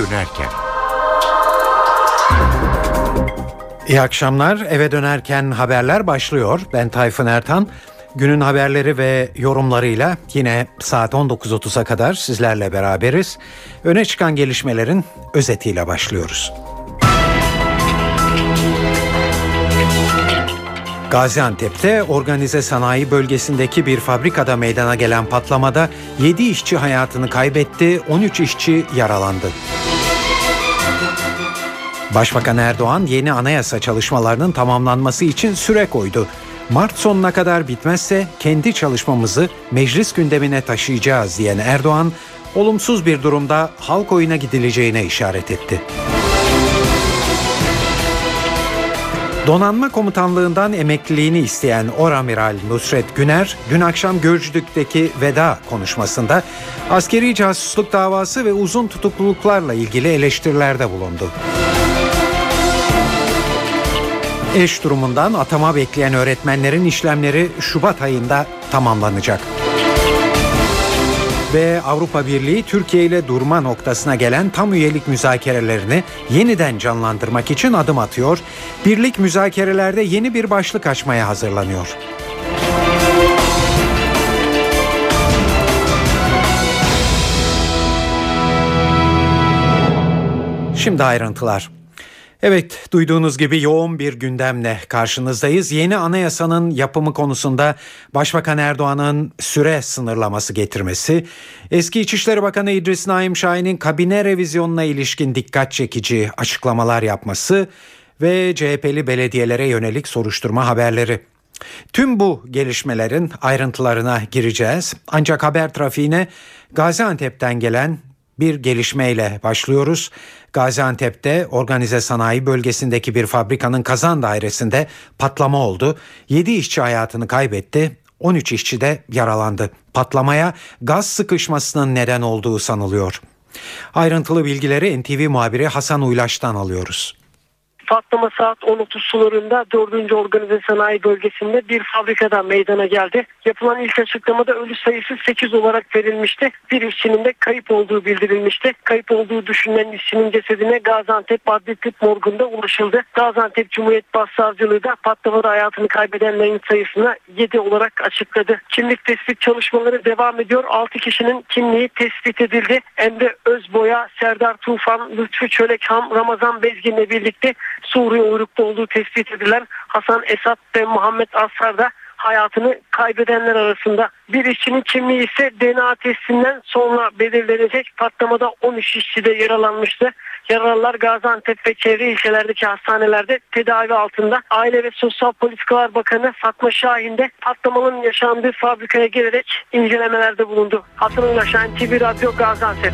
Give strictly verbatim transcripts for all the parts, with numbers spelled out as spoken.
dönerken. İyi akşamlar. Eve dönerken haberler başlıyor. Ben Tayfun Ertan. Günün haberleri ve yorumlarıyla yine saat on dokuz otuza kadar sizlerle beraberiz. Öne çıkan gelişmelerin özetiyle başlıyoruz. Gaziantep'te organize sanayi bölgesindeki bir fabrikada meydana gelen patlamada yedi işçi hayatını kaybetti, on üç işçi yaralandı. Başbakan Erdoğan yeni anayasa çalışmalarının tamamlanması için süre koydu. Mart sonuna kadar bitmezse kendi çalışmamızı meclis gündemine taşıyacağız diyen Erdoğan, olumsuz bir durumda halk oyuna gidileceğine işaret etti. Donanma Komutanlığından emekliliğini isteyen Oramiral Nusret Güner, dün akşam Gölcük'teki veda konuşmasında askeri casusluk davası ve uzun tutukluluklarla ilgili eleştirilerde bulundu. Eş durumundan atama bekleyen öğretmenlerin işlemleri Şubat ayında tamamlanacak. Ve Avrupa Birliği Türkiye ile durma noktasına gelen tam üyelik müzakerelerini yeniden canlandırmak için adım atıyor. Birlik müzakerelerde yeni bir başlık açmaya hazırlanıyor. Şimdi ayrıntılar. Evet, duyduğunuz gibi yoğun bir gündemle karşınızdayız. Yeni anayasanın yapımı konusunda Başbakan Erdoğan'ın süre sınırlaması getirmesi, eski İçişleri Bakanı İdris Naim Şahin'in kabine revizyonuna ilişkin dikkat çekici açıklamalar yapması ve C H P'li belediyelere yönelik soruşturma haberleri. Tüm bu gelişmelerin ayrıntılarına gireceğiz. Ancak haber trafiğine Gaziantep'ten gelen bir gelişmeyle başlıyoruz. Gaziantep'te organize sanayi bölgesindeki bir fabrikanın kazan dairesinde patlama oldu. yedi işçi hayatını kaybetti, on üç işçi de yaralandı. Patlamaya gaz sıkışmasının neden olduğu sanılıyor. Ayrıntılı bilgileri N T V muhabiri Hasan Uylaş'tan alıyoruz. Patlama saat on otuz sularında dördüncü Organize Sanayi Bölgesi'nde bir fabrikada meydana geldi. Yapılan ilk açıklamada ölü sayısı sekiz olarak verilmişti. Bir işçinin de kayıp olduğu bildirilmişti. Kayıp olduğu düşünülen işçinin cesedine Gaziantep Adli Tıp Morgu'nda ulaşıldı. Gaziantep Cumhuriyet Başsavcılığı da patlamada hayatını kaybedenlerin sayısını yedi olarak açıkladı. Kimlik tespit çalışmaları devam ediyor. altı kişinin kimliği tespit edildi. Emre Özboya, Serdar Tufan, Lütfü Çölekhan, Ramazan Bezgin'le birlikte Suriye uyruklu olduğu tespit edilen Hasan Esat ve Muhammed Asar da hayatını kaybedenler arasında. Bir işçinin kimliği ise D N A testinden sonra belirlenecek. Patlamada on üç işçi de yaralanmıştı. Yaralılar Gaziantep ve çevre ilçelerdeki hastanelerde tedavi altında. Aile ve Sosyal Politikalar Bakanı Fatma Şahin de patlamanın yaşandığı fabrikaya gelerek incelemelerde bulundu. Hasan Ulaşan T V Radyo Gaziantep.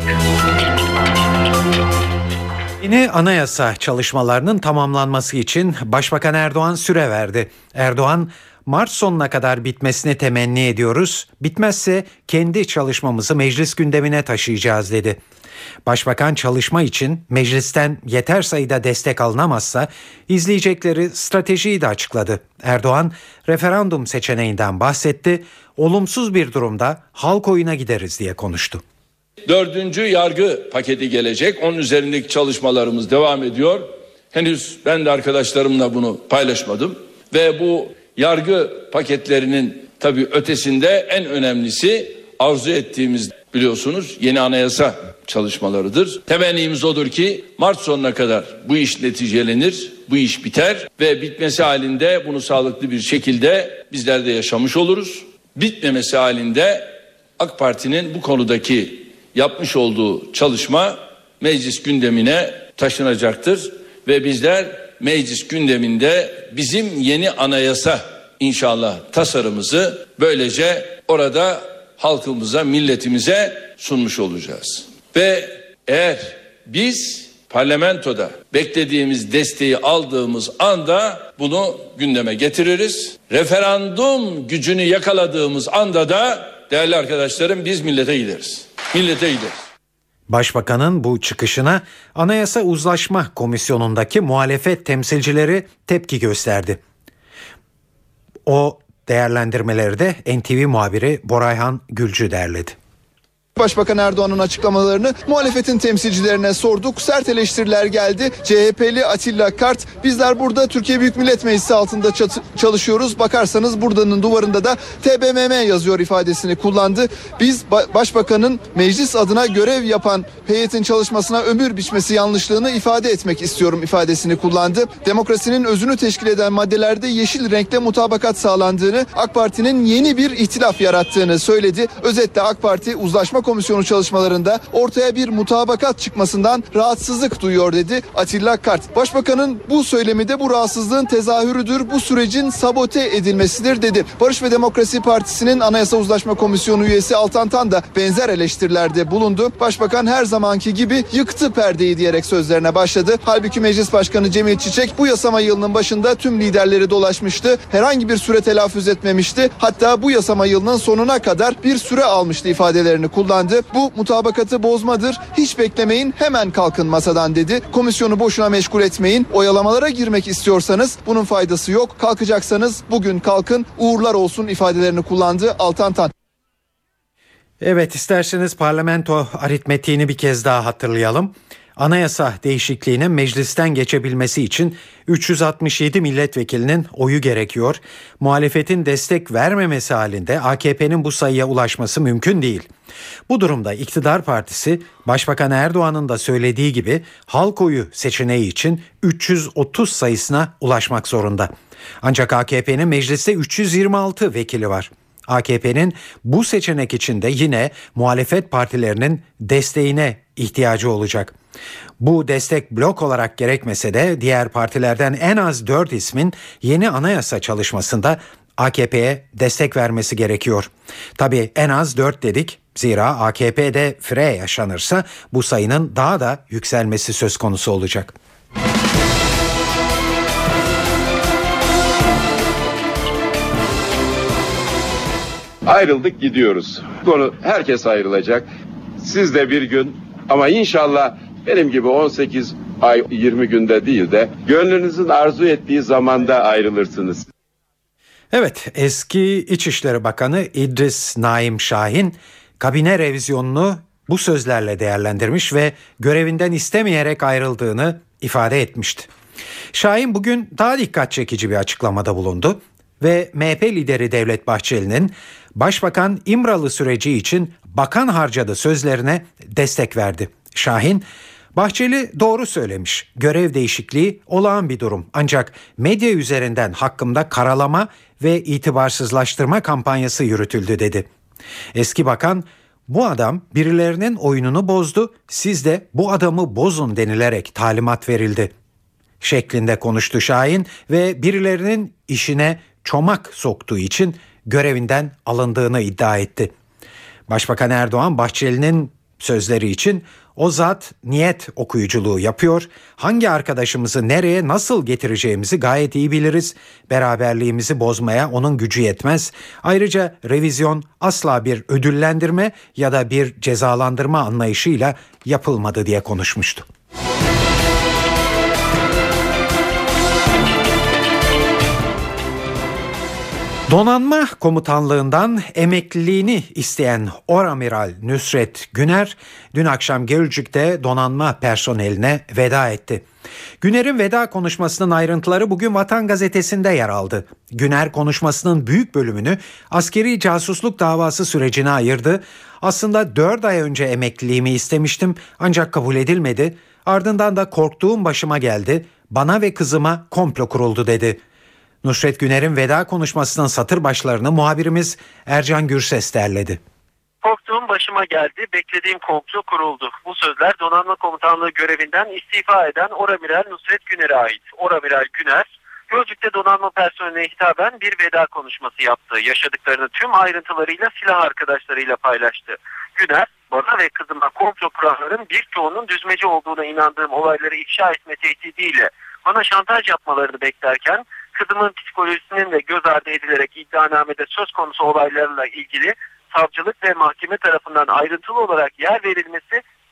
Yeni anayasa çalışmalarının tamamlanması için Başbakan Erdoğan süre verdi. Erdoğan, Mart sonuna kadar bitmesini temenni ediyoruz. Bitmezse kendi çalışmamızı meclis gündemine taşıyacağız dedi. Başbakan çalışma için meclisten yeter sayıda destek alınamazsa izleyecekleri stratejiyi de açıkladı. Erdoğan referandum seçeneğinden bahsetti. Olumsuz bir durumda halk oyuna gideriz diye konuştu. Dördüncü yargı paketi gelecek. Onun üzerindeki çalışmalarımız devam ediyor. Henüz ben de arkadaşlarımla bunu paylaşmadım. Ve bu yargı paketlerinin tabii ötesinde en önemlisi arzu ettiğimiz, biliyorsunuz, yeni anayasa çalışmalarıdır. Temennimiz odur ki Mart sonuna kadar bu iş neticelenir, bu iş biter ve bitmesi halinde bunu sağlıklı bir şekilde bizler de yaşamış oluruz. Bitmemesi halinde AK Parti'nin bu konudaki yapmış olduğu çalışma meclis gündemine taşınacaktır ve bizler meclis gündeminde bizim yeni anayasa inşallah tasarımımızı böylece orada halkımıza, milletimize sunmuş olacağız. Ve eğer biz parlamentoda beklediğimiz desteği aldığımız anda bunu gündeme getiririz. Referandum gücünü yakaladığımız anda da değerli arkadaşlarım biz millete gideriz. Millete gideriz. Başbakanın bu çıkışına Anayasa Uzlaşma Komisyonu'ndaki muhalefet temsilcileri tepki gösterdi. O değerlendirmeleri de N T V muhabiri Borayhan Gülcü derledi. Başbakan Erdoğan'ın açıklamalarını muhalefetin temsilcilerine sorduk. Sert eleştiriler geldi. C H P'li Atilla Kart, bizler burada Türkiye Büyük Millet Meclisi altında çat- çalışıyoruz. Bakarsanız buradanın duvarında da T B M M yazıyor ifadesini kullandı. Biz ba- Başbakanın meclis adına görev yapan heyetin çalışmasına ömür biçmesi yanlışlığını ifade etmek istiyorum ifadesini kullandı. Demokrasinin özünü teşkil eden maddelerde yeşil renkte mutabakat sağlandığını, AK Parti'nin yeni bir ihtilaf yarattığını söyledi. Özetle AK Parti uzlaşma komisyonu çalışmalarında ortaya bir mutabakat çıkmasından rahatsızlık duyuyor dedi Atilla Kart. Başbakanın bu söylemi de bu rahatsızlığın tezahürüdür, bu sürecin sabote edilmesidir dedi. Barış ve Demokrasi Partisi'nin Anayasa Uzlaşma Komisyonu üyesi Altan Tan da benzer eleştirilerde bulundu. Başbakan her zamanki gibi yıktı perdeyi diyerek sözlerine başladı. Halbuki Meclis Başkanı Cemil Çiçek bu yasama yılının başında tüm liderleri dolaşmıştı. Herhangi bir süre telaffuz etmemişti. Hatta bu yasama yılının sonuna kadar bir süre almıştı ifadelerini kullandı. Bu mutabakatı bozmadır. Hiç beklemeyin, hemen kalkın masadan dedi. Komisyonu boşuna meşgul etmeyin. Oyalamalara girmek istiyorsanız bunun faydası yok. Kalkacaksanız bugün kalkın. Uğurlar olsun ifadelerini kullandı Altan Tan. Evet, isterseniz parlamento aritmetiğini bir kez daha hatırlayalım. Anayasa değişikliğinin meclisten geçebilmesi için üç yüz altmış yedi milletvekilinin oyu gerekiyor. Muhalefetin destek vermemesi halinde A K P'nin bu sayıya ulaşması mümkün değil. Bu durumda iktidar partisi Başbakan Erdoğan'ın da söylediği gibi halk oyu seçeneği için üç yüz otuz sayısına ulaşmak zorunda. Ancak A K P'nin mecliste üç yüz yirmi altı vekili var. A K P'nin bu seçenek için de yine muhalefet partilerinin desteğine ihtiyacı olacak. Bu destek blok olarak gerekmese de diğer partilerden en az dört ismin yeni anayasa çalışmasında A K P'ye destek vermesi gerekiyor. Tabii en az dört dedik. Zira A K P'de fire yaşanırsa bu sayının daha da yükselmesi söz konusu olacak. Ayrıldık, gidiyoruz. Konu, herkes ayrılacak. Siz de bir gün, ama inşallah benim gibi on sekiz ay yirmi günde değil de gönlünüzün arzu ettiği zamanda ayrılırsınız. Evet, eski İçişleri Bakanı İdris Naim Şahin kabine revizyonunu bu sözlerle değerlendirmiş ve görevinden istemeyerek ayrıldığını ifade etmişti. Şahin bugün daha dikkat çekici bir açıklamada bulundu ve M H P lideri Devlet Bahçeli'nin Başbakan İmralı süreci için bakan harcadı sözlerine destek verdi. Şahin, Bahçeli doğru söylemiş. Görev değişikliği olağan bir durum. Ancak medya üzerinden hakkımda karalama ve itibarsızlaştırma kampanyası yürütüldü dedi. Eski bakan, bu adam birilerinin oyununu bozdu, siz de bu adamı bozun denilerek talimat verildi şeklinde konuştu Şahin ve birilerinin işine çomak soktuğu için görevinden alındığını iddia etti. Başbakan Erdoğan, Bahçeli'nin sözleri için o zat niyet okuyuculuğu yapıyor. Hangi arkadaşımızı nereye nasıl getireceğimizi gayet iyi biliriz. Beraberliğimizi bozmaya onun gücü yetmez. Ayrıca revizyon asla bir ödüllendirme ya da bir cezalandırma anlayışıyla yapılmadı diye konuşmuştu. Donanma Komutanlığından emekliliğini isteyen Oramiral Nusret Güner dün akşam Gölcük'te donanma personeline veda etti. Güner'in veda konuşmasının ayrıntıları bugün Vatan Gazetesi'nde yer aldı. Güner konuşmasının büyük bölümünü askeri casusluk davası sürecine ayırdı. Aslında dört ay önce emekliliğimi istemiştim ancak kabul edilmedi. Ardından da korktuğum başıma geldi. Bana ve kızıma komplo kuruldu dedi. Nusret Güner'in veda konuşmasının satır başlarını muhabirimiz Ercan Gürses derledi. Korktuğum başıma geldi, beklediğim komplo kuruldu. Bu sözler Donanma Komutanlığı görevinden istifa eden Oramiral Nusret Güner'e ait. Oramiral Güner, Gölcük'te donanma personeline hitaben bir veda konuşması yaptı. Yaşadıklarını tüm ayrıntılarıyla silah arkadaşlarıyla paylaştı. Güner, bana ve kızıma komplo kuranların birçoğunun düzmece olduğuna inandığım olayları ifşa etme tehdidiyle bana şantaj yapmalarını beklerken, kızımın psikolojisinin de göz ardı edilerek iddianamede söz konusu olaylarla ilgili savcılık ve mahkeme tarafından ayrıntılı olarak yer verilmesi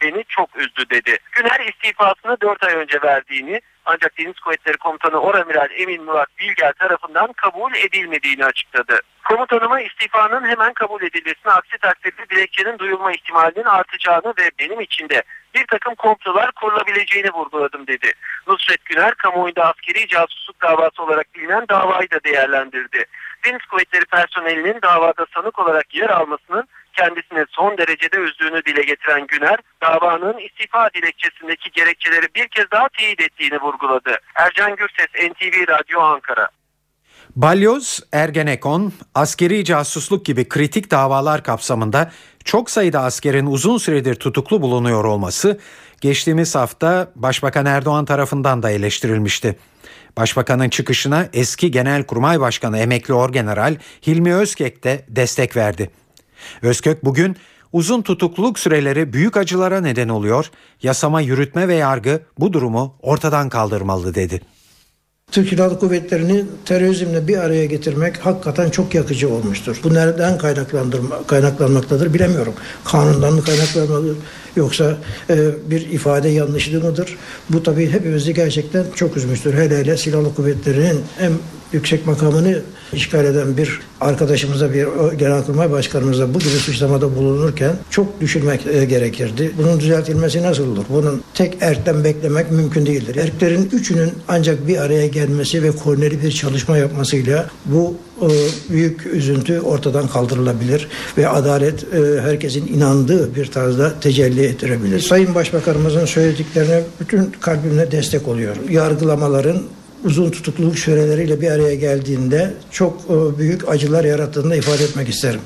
beni çok üzdü dedi. Güner istifasını dört ay önce verdiğini ancak Deniz Kuvvetleri Komutanı Oramiral Emin Murat Bilger tarafından kabul edilmediğini açıkladı. Komutanıma istifanın hemen kabul edilmesine, aksi takdirde dilekçenin duyulma ihtimalinin artacağını ve benim için de bir takım komplolar kurulabileceğini vurguladım dedi. Nusret Güner, kamuoyunda askeri casusluk davası olarak bilinen davayı da değerlendirdi. Deniz Kuvvetleri personelinin davada sanık olarak yer almasının kendisini son derecede üzdüğünü dile getiren Güner, davanın istifa dilekçesindeki gerekçeleri bir kez daha teyit ettiğini vurguladı. Ercan Gürses, N T V Radyo, Ankara. Balyoz, Ergenekon, askeri casusluk gibi kritik davalar kapsamında çok sayıda askerin uzun süredir tutuklu bulunuyor olması geçtiğimiz hafta Başbakan Erdoğan tarafından da eleştirilmişti. Başbakanın çıkışına eski Genelkurmay Başkanı emekli Orgeneral Hilmi Özkök de destek verdi. Özkök bugün uzun tutukluluk süreleri büyük acılara neden oluyor, yasama, yürütme ve yargı bu durumu ortadan kaldırmalı dedi. Türk Silahlı Kuvvetleri'ni terörizmle bir araya getirmek hakikaten çok yakıcı olmuştur. Bu nereden kaynaklanmaktadır bilemiyorum. Kanundan mı kaynaklanmalıdır yoksa e, bir ifade yanlışlığı mıdır? Bu tabii hepimizi gerçekten çok üzmüştür. Hele hele Silahlı Kuvvetleri'nin en yüksek makamını işgal eden bir arkadaşımıza, bir Genelkurmay Başkanımıza bu gibi suçlamada bulunurken çok düşünmek e, gerekirdi. Bunun düzeltilmesi nasıl olur? Bunun tek erkten beklemek mümkün değildir. Erklerin üçünün ancak bir araya gelmesi ve koordineli bir çalışma yapmasıyla bu e, büyük üzüntü ortadan kaldırılabilir ve adalet e, herkesin inandığı bir tarzda tecelli ettirebilir. Sayın Başbakanımızın söylediklerine bütün kalbimle destek oluyorum. Yargılamaların uzun tutukluluk süreleriyle bir araya geldiğinde çok büyük acılar yarattığını da ifade etmek isterim.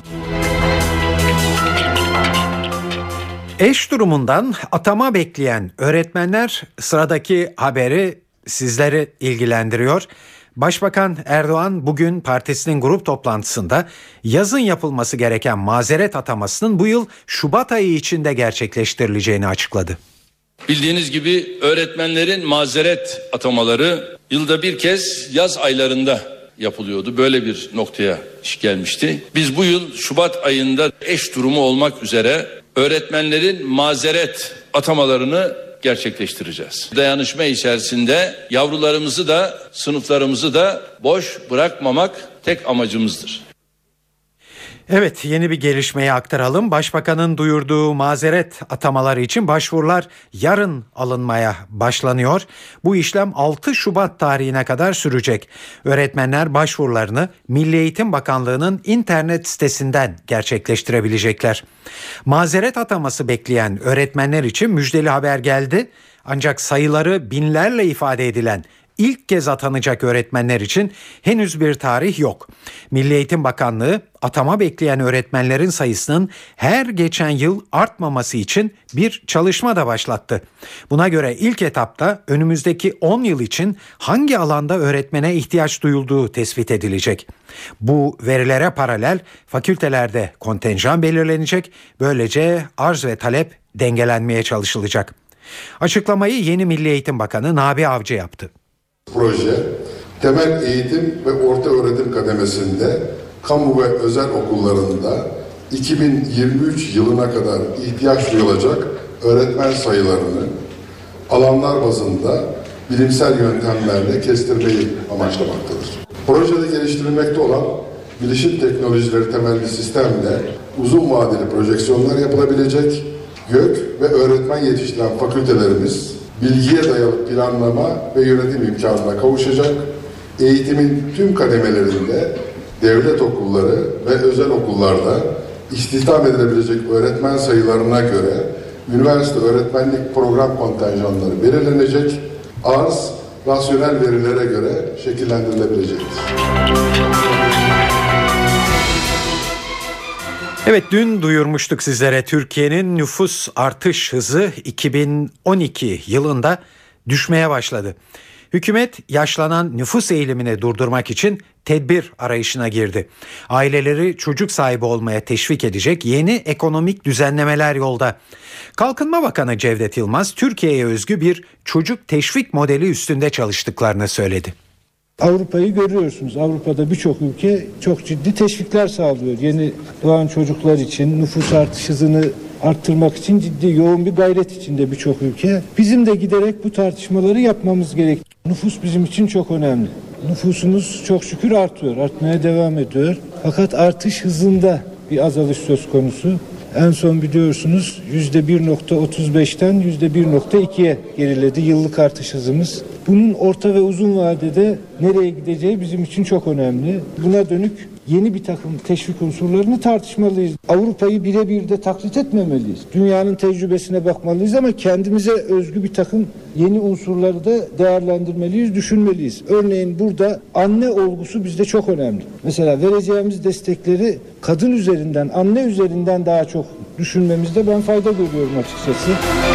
Eş durumundan atama bekleyen öğretmenler sıradaki haberi sizleri ilgilendiriyor. Başbakan Erdoğan bugün partisinin grup toplantısında yazın yapılması gereken mazeret atamasının bu yıl Şubat ayı içinde gerçekleştirileceğini açıkladı. Bildiğiniz gibi öğretmenlerin mazeret atamaları yılda bir kez yaz aylarında yapılıyordu. Böyle bir noktaya iş gelmişti. Biz bu yıl Şubat ayında eş durumu olmak üzere öğretmenlerin mazeret atamalarını gerçekleştireceğiz. Dayanışma içerisinde yavrularımızı da sınıflarımızı da boş bırakmamak tek amacımızdır. Evet, yeni bir gelişmeyi aktaralım. Başbakanın duyurduğu mazeret atamaları için başvurular yarın alınmaya başlanıyor. Bu işlem altı Şubat tarihine kadar sürecek. Öğretmenler başvurularını Milli Eğitim Bakanlığı'nın internet sitesinden gerçekleştirebilecekler. Mazeret ataması bekleyen öğretmenler için müjdeli haber geldi. Ancak sayıları binlerle ifade edilen İlk kez atanacak öğretmenler için henüz bir tarih yok. Milli Eğitim Bakanlığı atama bekleyen öğretmenlerin sayısının her geçen yıl artmaması için bir çalışma da başlattı. Buna göre ilk etapta önümüzdeki on yıl için hangi alanda öğretmene ihtiyaç duyulduğu tespit edilecek. Bu verilere paralel fakültelerde kontenjan belirlenecek. Böylece arz ve talep dengelenmeye çalışılacak. Açıklamayı yeni Milli Eğitim Bakanı Nabi Avcı yaptı. Proje, temel eğitim ve orta öğretim kademesinde kamu ve özel okullarında iki bin yirmi üç yılına kadar ihtiyaç duyulacak öğretmen sayılarını alanlar bazında bilimsel yöntemlerle kestirmeyi amaçlamaktadır. Projede geliştirilmekte olan bilişim teknolojileri temelli sistemle uzun vadeli projeksiyonlar yapılabilecek, gök ve öğretmen yetiştiren fakültelerimiz bilgiye dayalı planlama ve yönetim imkanına kavuşacak, eğitimin tüm kademelerinde devlet okulları ve özel okullarda istihdam edilebilecek öğretmen sayılarına göre üniversite öğretmenlik program kontenjanları belirlenecek, arz rasyonel verilere göre şekillendirilebilecektir. Evet, dün duyurmuştuk sizlere, Türkiye'nin nüfus artış hızı iki bin on iki yılında düşmeye başladı. Hükümet yaşlanan nüfus eğilimini durdurmak için tedbir arayışına girdi. Aileleri çocuk sahibi olmaya teşvik edecek yeni ekonomik düzenlemeler yolda. Kalkınma Bakanı Cevdet Yılmaz, Türkiye'ye özgü bir çocuk teşvik modeli üstünde çalıştıklarını söyledi. Avrupa'yı görüyorsunuz. Avrupa'da birçok ülke çok ciddi teşvikler sağlıyor. Yeni doğan çocuklar için nüfus artış hızını arttırmak için ciddi yoğun bir gayret içinde birçok ülke. Bizim de giderek bu tartışmaları yapmamız gerek. Nüfus bizim için çok önemli. Nüfusumuz çok şükür artıyor, artmaya devam ediyor. Fakat artış hızında bir azalış söz konusu. En son biliyorsunuz yüzde bir nokta otuz beşten yüzde bir nokta ikiye geriledi yıllık artış hızımız. Bunun orta ve uzun vadede nereye gideceği bizim için çok önemli. Buna dönük yeni bir takım teşvik unsurlarını tartışmalıyız. Avrupa'yı birebir de taklit etmemeliyiz. Dünyanın tecrübesine bakmalıyız ama kendimize özgü bir takım yeni unsurları da değerlendirmeliyiz, düşünmeliyiz. Örneğin burada anne olgusu bizde çok önemli. Mesela vereceğimiz destekleri kadın üzerinden, anne üzerinden daha çok düşünmemizde ben fayda görüyorum açıkçası.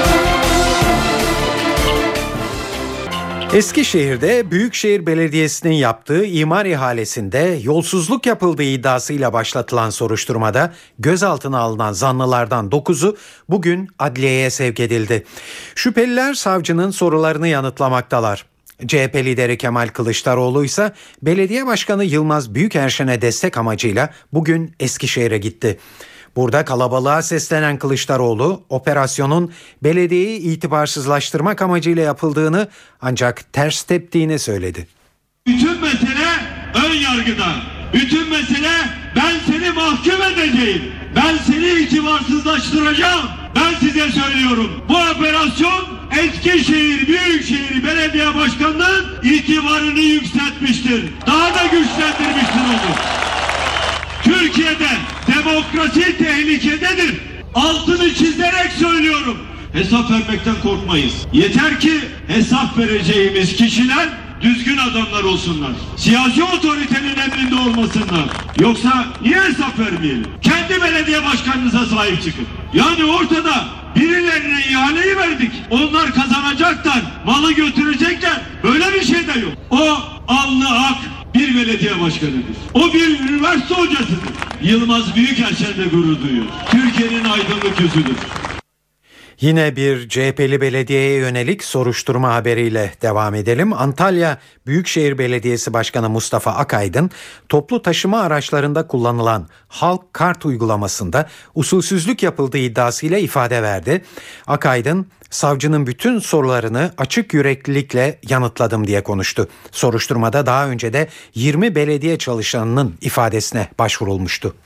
Eskişehir'de Büyükşehir Belediyesi'nin yaptığı imar ihalesinde yolsuzluk yapıldığı iddiasıyla başlatılan soruşturmada gözaltına alınan zanlılardan dokuzu bugün adliyeye sevk edildi. Şüpheliler savcının sorularını yanıtlamaktalar. C H P lideri Kemal Kılıçdaroğlu ise Belediye Başkanı Yılmaz Büyükerşen'e destek amacıyla bugün Eskişehir'e gitti. Burada kalabalığa seslenen Kılıçdaroğlu, operasyonun belediyeyi itibarsızlaştırmak amacıyla yapıldığını ancak ters teptiğini söyledi. Bütün mesele ön yargıda. Bütün mesele ben seni mahkum edeceğim. Ben seni itibarsızlaştıracağım. Ben size söylüyorum. Bu operasyon Eskişehir Büyükşehir Belediye Başkanı'nın itibarını yükseltmiştir. Daha da güçlendirmiştir onu. Türkiye'de demokrasi tehlikededir. Altını çizerek söylüyorum. Hesap vermekten korkmayız. Yeter ki hesap vereceğimiz kişiler düzgün adamlar olsunlar. Siyasi otoritenin emrinde olmasınlar. Yoksa niye hesap vermeyelim? Kendi belediye başkanınıza sahip çıkın. Yani ortada birilerine ihaleyi verdik. Onlar kazanacaklar, malı götürecekler. Böyle bir şey de yok. O alnı ak bir belediye başkanıdır. O bir üniversite hocasıdır. Yılmaz Büyükerşen'le gurur duyuyor. Türkiye'nin aydınlık yüzüdür. Yine bir C H P'li belediyeye yönelik soruşturma haberiyle devam edelim. Antalya Büyükşehir Belediyesi Başkanı Mustafa Akaydın, toplu taşıma araçlarında kullanılan halk kart uygulamasında usulsüzlük yapıldığı iddiasıyla ifade verdi. Akaydın, savcının bütün sorularını açık yüreklilikle yanıtladım diye konuştu. Soruşturmada daha önce de yirmi belediye çalışanının ifadesine başvurulmuştu.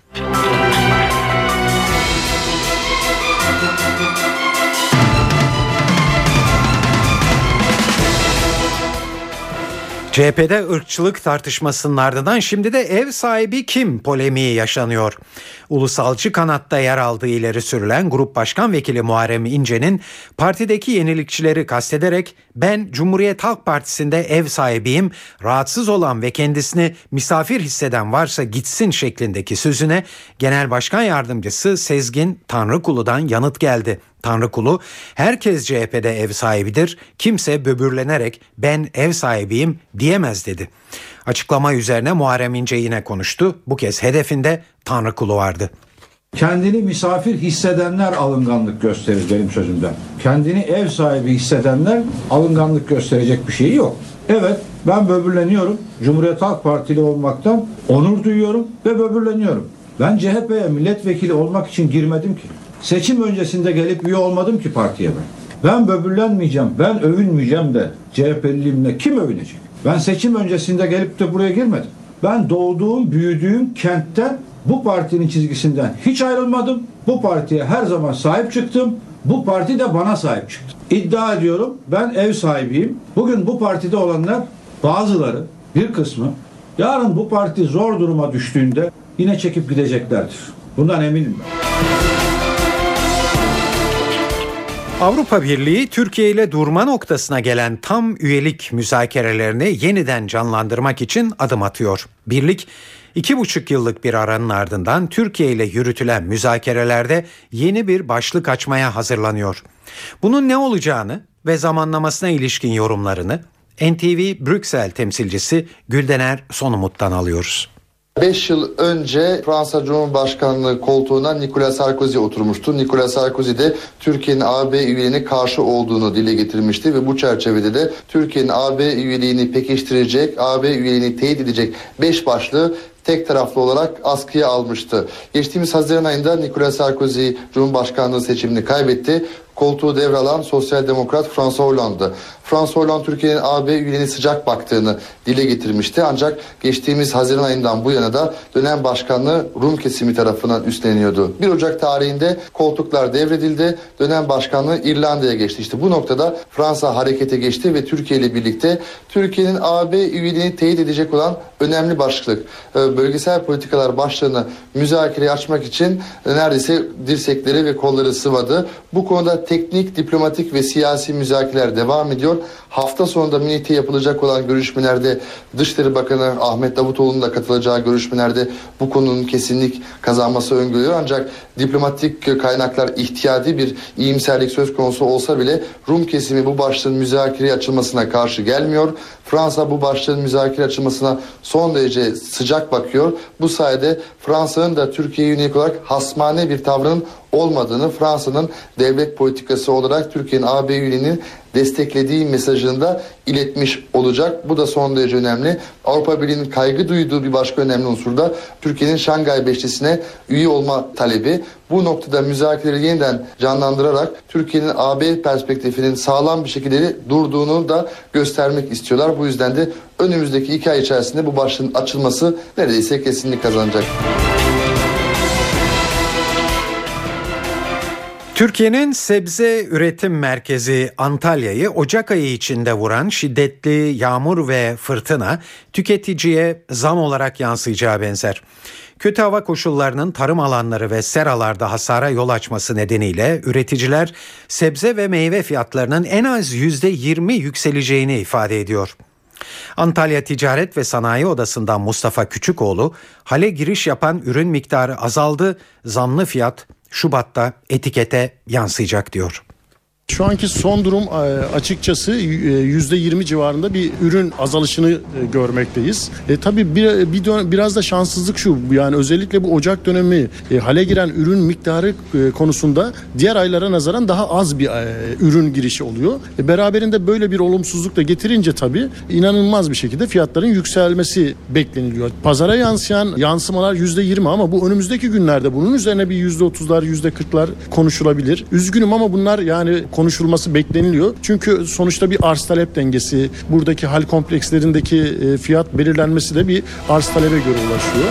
C H P'de ırkçılık tartışmasının ardından şimdi de ev sahibi kim polemiği yaşanıyor. Ulusalcı kanatta yer aldığı ileri sürülen Grup Başkan Vekili Muharrem İnce'nin partideki yenilikçileri kastederek ben Cumhuriyet Halk Partisi'nde ev sahibiyim, rahatsız olan ve kendisini misafir hisseden varsa gitsin şeklindeki sözüne Genel Başkan Yardımcısı Sezgin Tanrıkulu'dan yanıt geldi. Tanrıkulu, herkes C H P'de ev sahibidir, kimse böbürlenerek ben ev sahibiyim diyemez dedi. Açıklama üzerine Muharrem İnce yine konuştu. Bu kez hedefinde Tanrıkulu vardı. Kendini misafir hissedenler alınganlık gösterir benim sözümden. Kendini ev sahibi hissedenler alınganlık gösterecek bir şey yok. Evet, ben böbürleniyorum. Cumhuriyet Halk Partili olmaktan onur duyuyorum ve böbürleniyorum. Ben C H P'ye milletvekili olmak için girmedim ki. Seçim öncesinde gelip üye olmadım ki partiye ben. Ben böbürlenmeyeceğim, ben övünmeyeceğim de C H P'liliğimle kim övünecek? Ben seçim öncesinde gelip de buraya girmedim. Ben doğduğum, büyüdüğüm kentten bu partinin çizgisinden hiç ayrılmadım. Bu partiye her zaman sahip çıktım. Bu parti de bana sahip çıktı. İddia ediyorum ben ev sahibiyim. Bugün bu partide olanlar bazıları, bir kısmı yarın bu parti zor duruma düştüğünde yine çekip gideceklerdir. Bundan eminim ben. Avrupa Birliği Türkiye ile durma noktasına gelen tam üyelik müzakerelerini yeniden canlandırmak için adım atıyor. Birlik iki buçuk yıllık bir aranın ardından Türkiye ile yürütülen müzakerelerde yeni bir başlık açmaya hazırlanıyor. Bunun ne olacağını ve zamanlamasına ilişkin yorumlarını N T V Brüksel temsilcisi Güldener Sonumut'tan alıyoruz. beş yıl önce Fransa Cumhurbaşkanlığı koltuğuna Nicolas Sarkozy oturmuştu. Nicolas Sarkozy de Türkiye'nin A B üyeliğine karşı olduğunu dile getirmişti ve bu çerçevede de Türkiye'nin A B üyeliğini pekiştirecek, A B üyeliğini teyit edecek beş başlığı tek taraflı olarak askıya almıştı. Geçtiğimiz Haziran ayında Nicolas Sarkozy Cumhurbaşkanlığı seçimini kaybetti. Koltuğu devralan Sosyal Demokrat François Hollande. François Hollande Türkiye'nin A B üyeliğine sıcak baktığını dile getirmişti. Ancak geçtiğimiz Haziran ayından bu yana da dönem başkanlığı Rum kesimi tarafından üstleniyordu. bir Ocak tarihinde koltuklar devredildi. Dönem başkanlığı İrlanda'ya geçti. İşte bu noktada Fransa harekete geçti ve Türkiye ile birlikte Türkiye'nin A B üyeliğini teyit edecek olan önemli başlık bölgesel politikalar başlığını müzakereye açmak için neredeyse dirsekleri ve kolları sıvadı. Bu konuda teknik, diplomatik ve siyasi müzakereler devam ediyor. Hafta sonunda Münih'te yapılacak olan görüşmelerde Dışişleri Bakanı Ahmet Davutoğlu'nun da katılacağı görüşmelerde bu konunun kesinlik kazanması öngörülüyor. Ancak diplomatik kaynaklar ihtiyadi bir iyimserlik söz konusu olsa bile Rum kesimi bu başlığın müzakereye açılmasına karşı gelmiyor. Fransa bu başlığın müzakere açılmasına son derece sıcak bakıyor. Bu sayede Fransa'nın da Türkiye'ye yönelik olarak hasmane bir tavrının olmadığını, Fransa'nın devlet politikası olarak Türkiye'nin A B üyeliğini desteklediği mesajını da iletmiş olacak. Bu da son derece önemli. Avrupa Birliği'nin kaygı duyduğu bir başka önemli unsur da Türkiye'nin Şangay Beşlisi'ne üye olma talebi. Bu noktada müzakereleri yeniden canlandırarak Türkiye'nin A B perspektifinin sağlam bir şekilde durduğunu da göstermek istiyorlar. Bu yüzden de önümüzdeki iki ay içerisinde bu başlığın açılması neredeyse kesinlik kazanacak. Türkiye'nin sebze üretim merkezi Antalya'yı Ocak ayı içinde vuran şiddetli yağmur ve fırtına tüketiciye zam olarak yansıyacağı benzer. Kötü hava koşullarının tarım alanları ve seralarda hasara yol açması nedeniyle üreticiler sebze ve meyve fiyatlarının en az yüzde yirmi yükseleceğini ifade ediyor. Antalya Ticaret ve Sanayi Odası'ndan Mustafa Küçükoğlu, hale giriş yapan ürün miktarı azaldı, zamlı fiyat Şubat'ta etikete yansıyacak diyor. Şu anki son durum açıkçası yüzde yirmi civarında bir ürün azalışını görmekteyiz. E, tabii bir, bir dön- biraz da şanssızlık şu, yani özellikle bu Ocak dönemi e, hale giren ürün miktarı e, konusunda diğer aylara nazaran daha az bir e, ürün girişi oluyor. E, beraberinde böyle bir olumsuzluk da getirince tabii inanılmaz bir şekilde fiyatların yükselmesi bekleniliyor. Pazara yansıyan yansımalar yüzde yirmi ama bu önümüzdeki günlerde bunun üzerine bir yüzde otuzlar, yüzde kırklar konuşulabilir. Üzgünüm ama bunlar yani konuşulması bekleniliyor. Çünkü sonuçta bir arz talep dengesi, buradaki hal komplekslerindeki fiyat belirlenmesi de bir arz talebe göre ulaşıyor.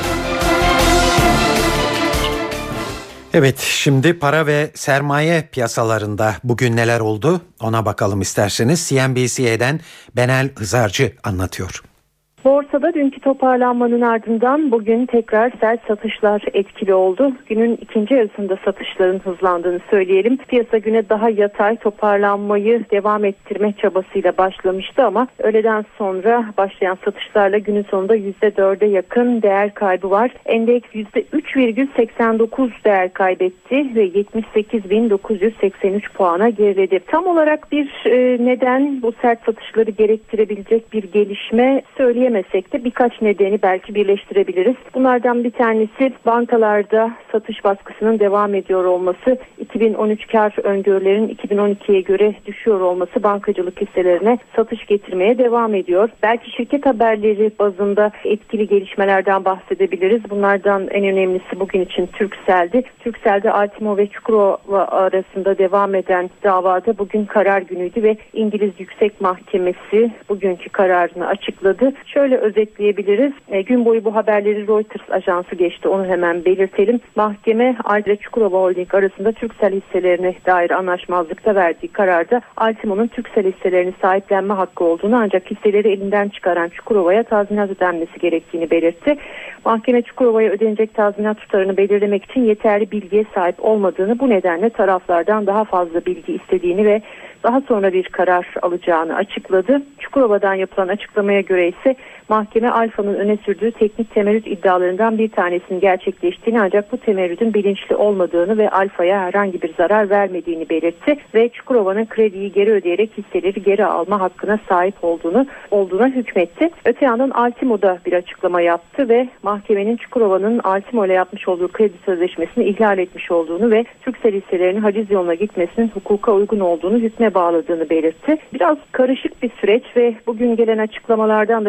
Evet, şimdi para ve sermaye piyasalarında bugün neler oldu ona bakalım isterseniz. C N B C'den Benel Hızarcı anlatıyor. Borsada dünkü toparlanmanın ardından bugün tekrar sert satışlar etkili oldu. Günün ikinci yarısında satışların hızlandığını söyleyelim. Piyasa güne daha yatay toparlanmayı devam ettirme çabasıyla başlamıştı ama öğleden sonra başlayan satışlarla günün sonunda yüzde dörde yakın değer kaybı var. Endeks yüzde üç virgül seksen dokuz değer kaybetti ve yetmiş sekiz bin dokuz yüz seksen üç puana geriledi. Tam olarak bir e, neden bu sert satışları gerektirebilecek bir gelişme söyleyemem. Mesek de birkaç nedeni belki birleştirebiliriz. Bunlardan bir tanesi bankalarda satış baskısının devam ediyor olması, iki bin on üç kar öngörülerin iki bin on ikiye göre düşüyor olması bankacılık hisselerine satış getirmeye devam ediyor. Belki şirket haberleri bazında etkili gelişmelerden bahsedebiliriz. Bunlardan en önemlisi bugün için Turkcell'di. Turkcell'de Altimo ve Çukurova arasında devam eden davada bugün karar günüydü ve İngiliz Yüksek Mahkemesi bugünkü kararını açıkladı. Şöyle özetleyebiliriz. E, gün boyu bu haberleri Reuters ajansı geçti. Onu hemen belirtelim. Mahkeme Altimo ve Çukurova Holding arasında Turkcell hisselerine dair anlaşmazlıkta verdiği kararda Altimo'nun Turkcell hisselerini sahiplenme hakkı olduğunu ancak hisseleri elinden çıkaran Çukurova'ya tazminat ödenmesi gerektiğini belirtti. Mahkeme Çukurova'ya ödenecek tazminat tutarını belirlemek için yeterli bilgiye sahip olmadığını, bu nedenle taraflardan daha fazla bilgi istediğini ve daha sonra bir karar alacağını açıkladı. Çukurova'dan yapılan açıklamaya göre ise mahkeme Alfa'nın öne sürdüğü teknik temerrüt iddialarından bir tanesinin gerçekleştiğini ancak bu temerrütün bilinçli olmadığını ve Alfa'ya herhangi bir zarar vermediğini belirtti ve Çukurova'nın krediyi geri ödeyerek hisseleri geri alma hakkına sahip olduğunu olduğuna hükmetti. Öte yandan Altimo da bir açıklama yaptı ve mahkemenin Çukurova'nın Altimo ile yapmış olduğu kredi sözleşmesini ihlal etmiş olduğunu ve Turkcell hisselerinin haciz yoluna gitmesinin hukuka uygun olduğunu hükme bağladığını belirtti. Biraz karışık bir süreç ve bugün gelen açıklamalardan da çok net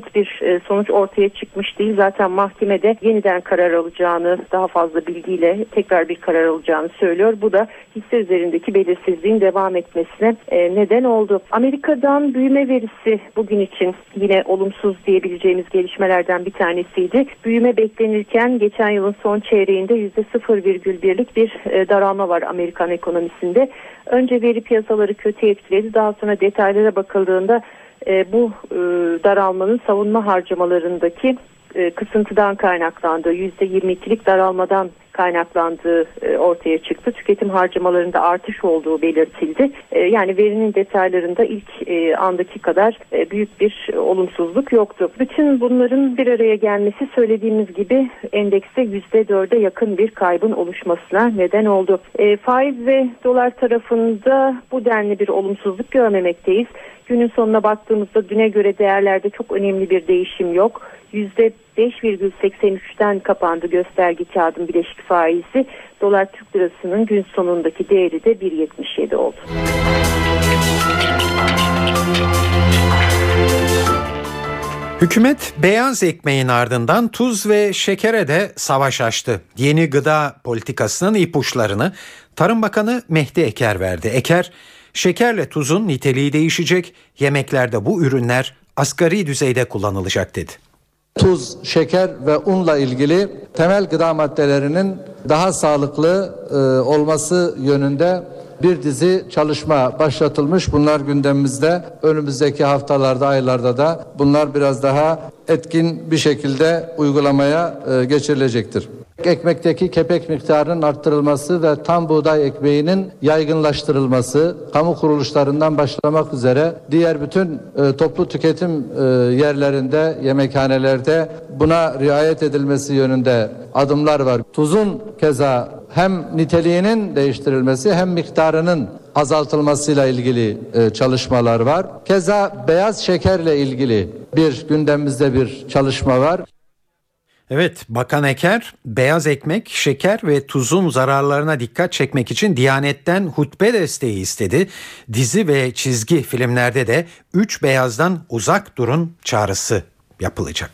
net bir e, sonuç ortaya çıkmış değil. Zaten mahkemede yeniden karar alacağını, daha fazla bilgiyle tekrar bir karar alacağını söylüyor. Bu da hisse üzerindeki belirsizliğin devam etmesine e, neden oldu. Amerika'dan büyüme verisi bugün için yine olumsuz diyebileceğimiz gelişmelerden bir tanesiydi. Büyüme beklenirken geçen yılın son çeyreğinde yüzde sıfır virgül birlik bir e, daralma var Amerikan ekonomisinde. Önce veri piyasaları kötü etkiledi. Daha sonra detaylara bakıldığında e, bu e, daralmanın savunma harcamalarındaki e, kısıntıdan kaynaklandığı, yüzde yirmi ikilik daralmadan kaynaklandığı e, ortaya çıktı. Tüketim harcamalarında artış olduğu belirtildi. E, yani verinin detaylarında ilk e, andaki kadar e, büyük bir e, olumsuzluk yoktu. Bütün bunların bir araya gelmesi söylediğimiz gibi endekste yüzde dörde yakın bir kaybın oluşmasına neden oldu. E, faiz ve dolar tarafında bu denli bir olumsuzluk görmemekteyiz. Günün sonuna baktığımızda düne göre değerlerde çok önemli bir değişim yok. yüzde beş virgül seksen üçten kapandı gösterge kağıdın bileşik faizi. Dolar Türk lirasının gün sonundaki değeri de bir virgül yetmiş yedi oldu. Hükümet beyaz ekmeğin ardından tuz ve şekere de savaş açtı. Yeni gıda politikasının ipuçlarını Tarım Bakanı Mehdi Eker verdi. Eker, şekerle tuzun niteliği değişecek, yemeklerde bu ürünler asgari düzeyde kullanılacak dedi. Tuz, şeker ve unla ilgili temel gıda maddelerinin daha sağlıklı e, olması yönünde bir dizi çalışma başlatılmış. Bunlar gündemimizde. Önümüzdeki haftalarda, aylarda da bunlar biraz daha etkin bir şekilde uygulamaya e, geçirilecektir. Ekmekteki kepek miktarının arttırılması ve tam buğday ekmeğinin yaygınlaştırılması, kamu kuruluşlarından başlamak üzere diğer bütün e, toplu tüketim e, yerlerinde, yemekhanelerde buna riayet edilmesi yönünde adımlar var. Tuzun keza hem niteliğinin değiştirilmesi hem miktarının azaltılmasıyla ilgili e, çalışmalar var. Keza beyaz şekerle ilgili bir gündemimizde bir çalışma var. Evet, Bakan Eker beyaz ekmek, şeker ve tuzun zararlarına dikkat çekmek için Diyanet'ten hutbe desteği istedi. Dizi ve çizgi filmlerde de üç beyazdan uzak durun çağrısı yapılacak.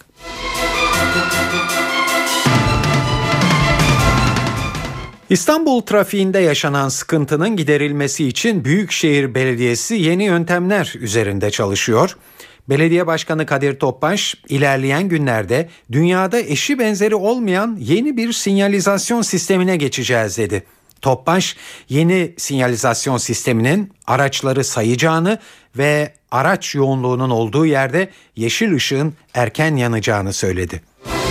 İstanbul trafiğinde yaşanan sıkıntının giderilmesi için Büyükşehir Belediyesi yeni yöntemler üzerinde çalışıyor. Belediye Başkanı Kadir Topbaş, ilerleyen günlerde dünyada eşi benzeri olmayan yeni bir sinyalizasyon sistemine geçeceğiz dedi. Topbaş, yeni sinyalizasyon sisteminin araçları sayacağını ve araç yoğunluğunun olduğu yerde yeşil ışığın erken yanacağını söyledi.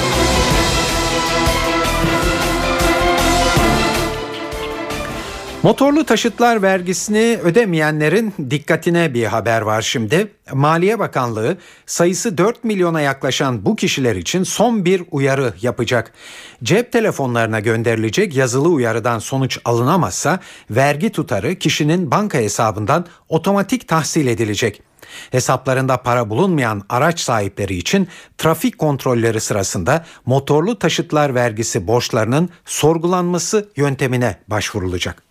Motorlu taşıtlar vergisini ödemeyenlerin dikkatine bir haber var şimdi. Maliye Bakanlığı sayısı dört milyona yaklaşan bu kişiler için son bir uyarı yapacak. Cep telefonlarına gönderilecek yazılı uyarıdan sonuç alınamazsa vergi tutarı kişinin banka hesabından otomatik tahsil edilecek. Hesaplarında para bulunmayan araç sahipleri için trafik kontrolleri sırasında motorlu taşıtlar vergisi borçlarının sorgulanması yöntemine başvurulacak.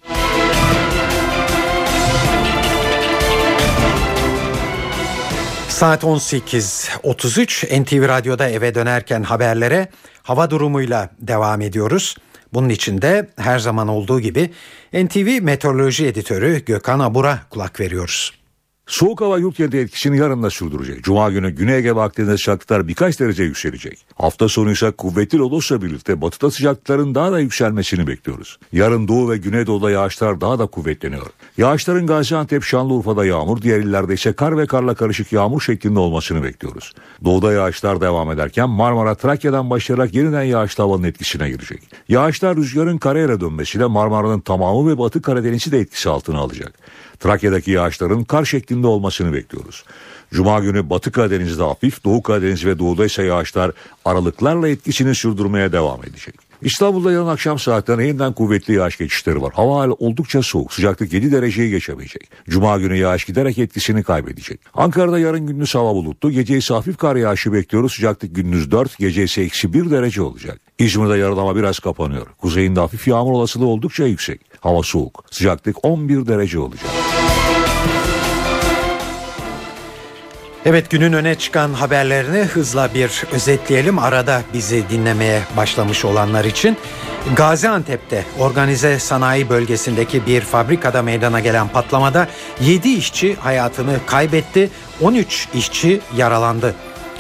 Saat on sekiz otuz üç N T V Radyo'da eve dönerken haberlere hava durumuyla devam ediyoruz. Bunun için de her zaman olduğu gibi N T V Meteoroloji Editörü Gökhan Abur'a kulak veriyoruz. Soğuk hava yurt genelinde etkisini yarın da sürdürecek. Cuma günü Güney Ege ve Akdeniz'de sıcaklıklar birkaç derece yükselecek. Hafta sonu ise kuvvetli lodoşla birlikte batıda sıcaklıkların daha da yükselmesini bekliyoruz. Yarın Doğu ve Güneydoğu'da yağışlar daha da kuvvetleniyor. Yağışların Gaziantep, Şanlıurfa'da yağmur, diğer illerde ise kar ve karla karışık yağmur şeklinde olmasını bekliyoruz. Doğuda yağışlar devam ederken Marmara, Trakya'dan başlayarak yeniden yağışlı havanın etkisine girecek. Yağışlar rüzgarın karayere dönmesiyle Marmara'nın tamamı ve Batı Karadeniz'i de etkisi altına alacak. Trakya'daki yağışların kar şeklinde olmasını bekliyoruz. Cuma günü Batı Karadeniz'de hafif, Doğu Karadeniz ve Doğu'da ise yağışlar aralıklarla etkisini sürdürmeye devam edecek. İstanbul'da yarın akşam saatlerinde yeniden kuvvetli yağış geçişleri var. Hava hala oldukça soğuk. Sıcaklık yedi dereceyi geçemeyecek. Cuma günü yağış giderek etkisini kaybedecek. Ankara'da yarın gündüz hava bulutlu. Gece ise hafif kar yağışı bekliyoruz. Sıcaklık gündüz dört, gece ise eksi bir derece olacak. İzmir'de yarın hava biraz kapanıyor. Kuzeyinde hafif yağmur olasılığı oldukça yüksek. Hava soğuk. Sıcaklık on bir derece olacak. Evet, günün öne çıkan haberlerini hızla bir özetleyelim. Arada bizi dinlemeye başlamış olanlar için. Gaziantep'te organize sanayi bölgesindeki bir fabrikada meydana gelen patlamada yedi işçi hayatını kaybetti, on üç işçi yaralandı.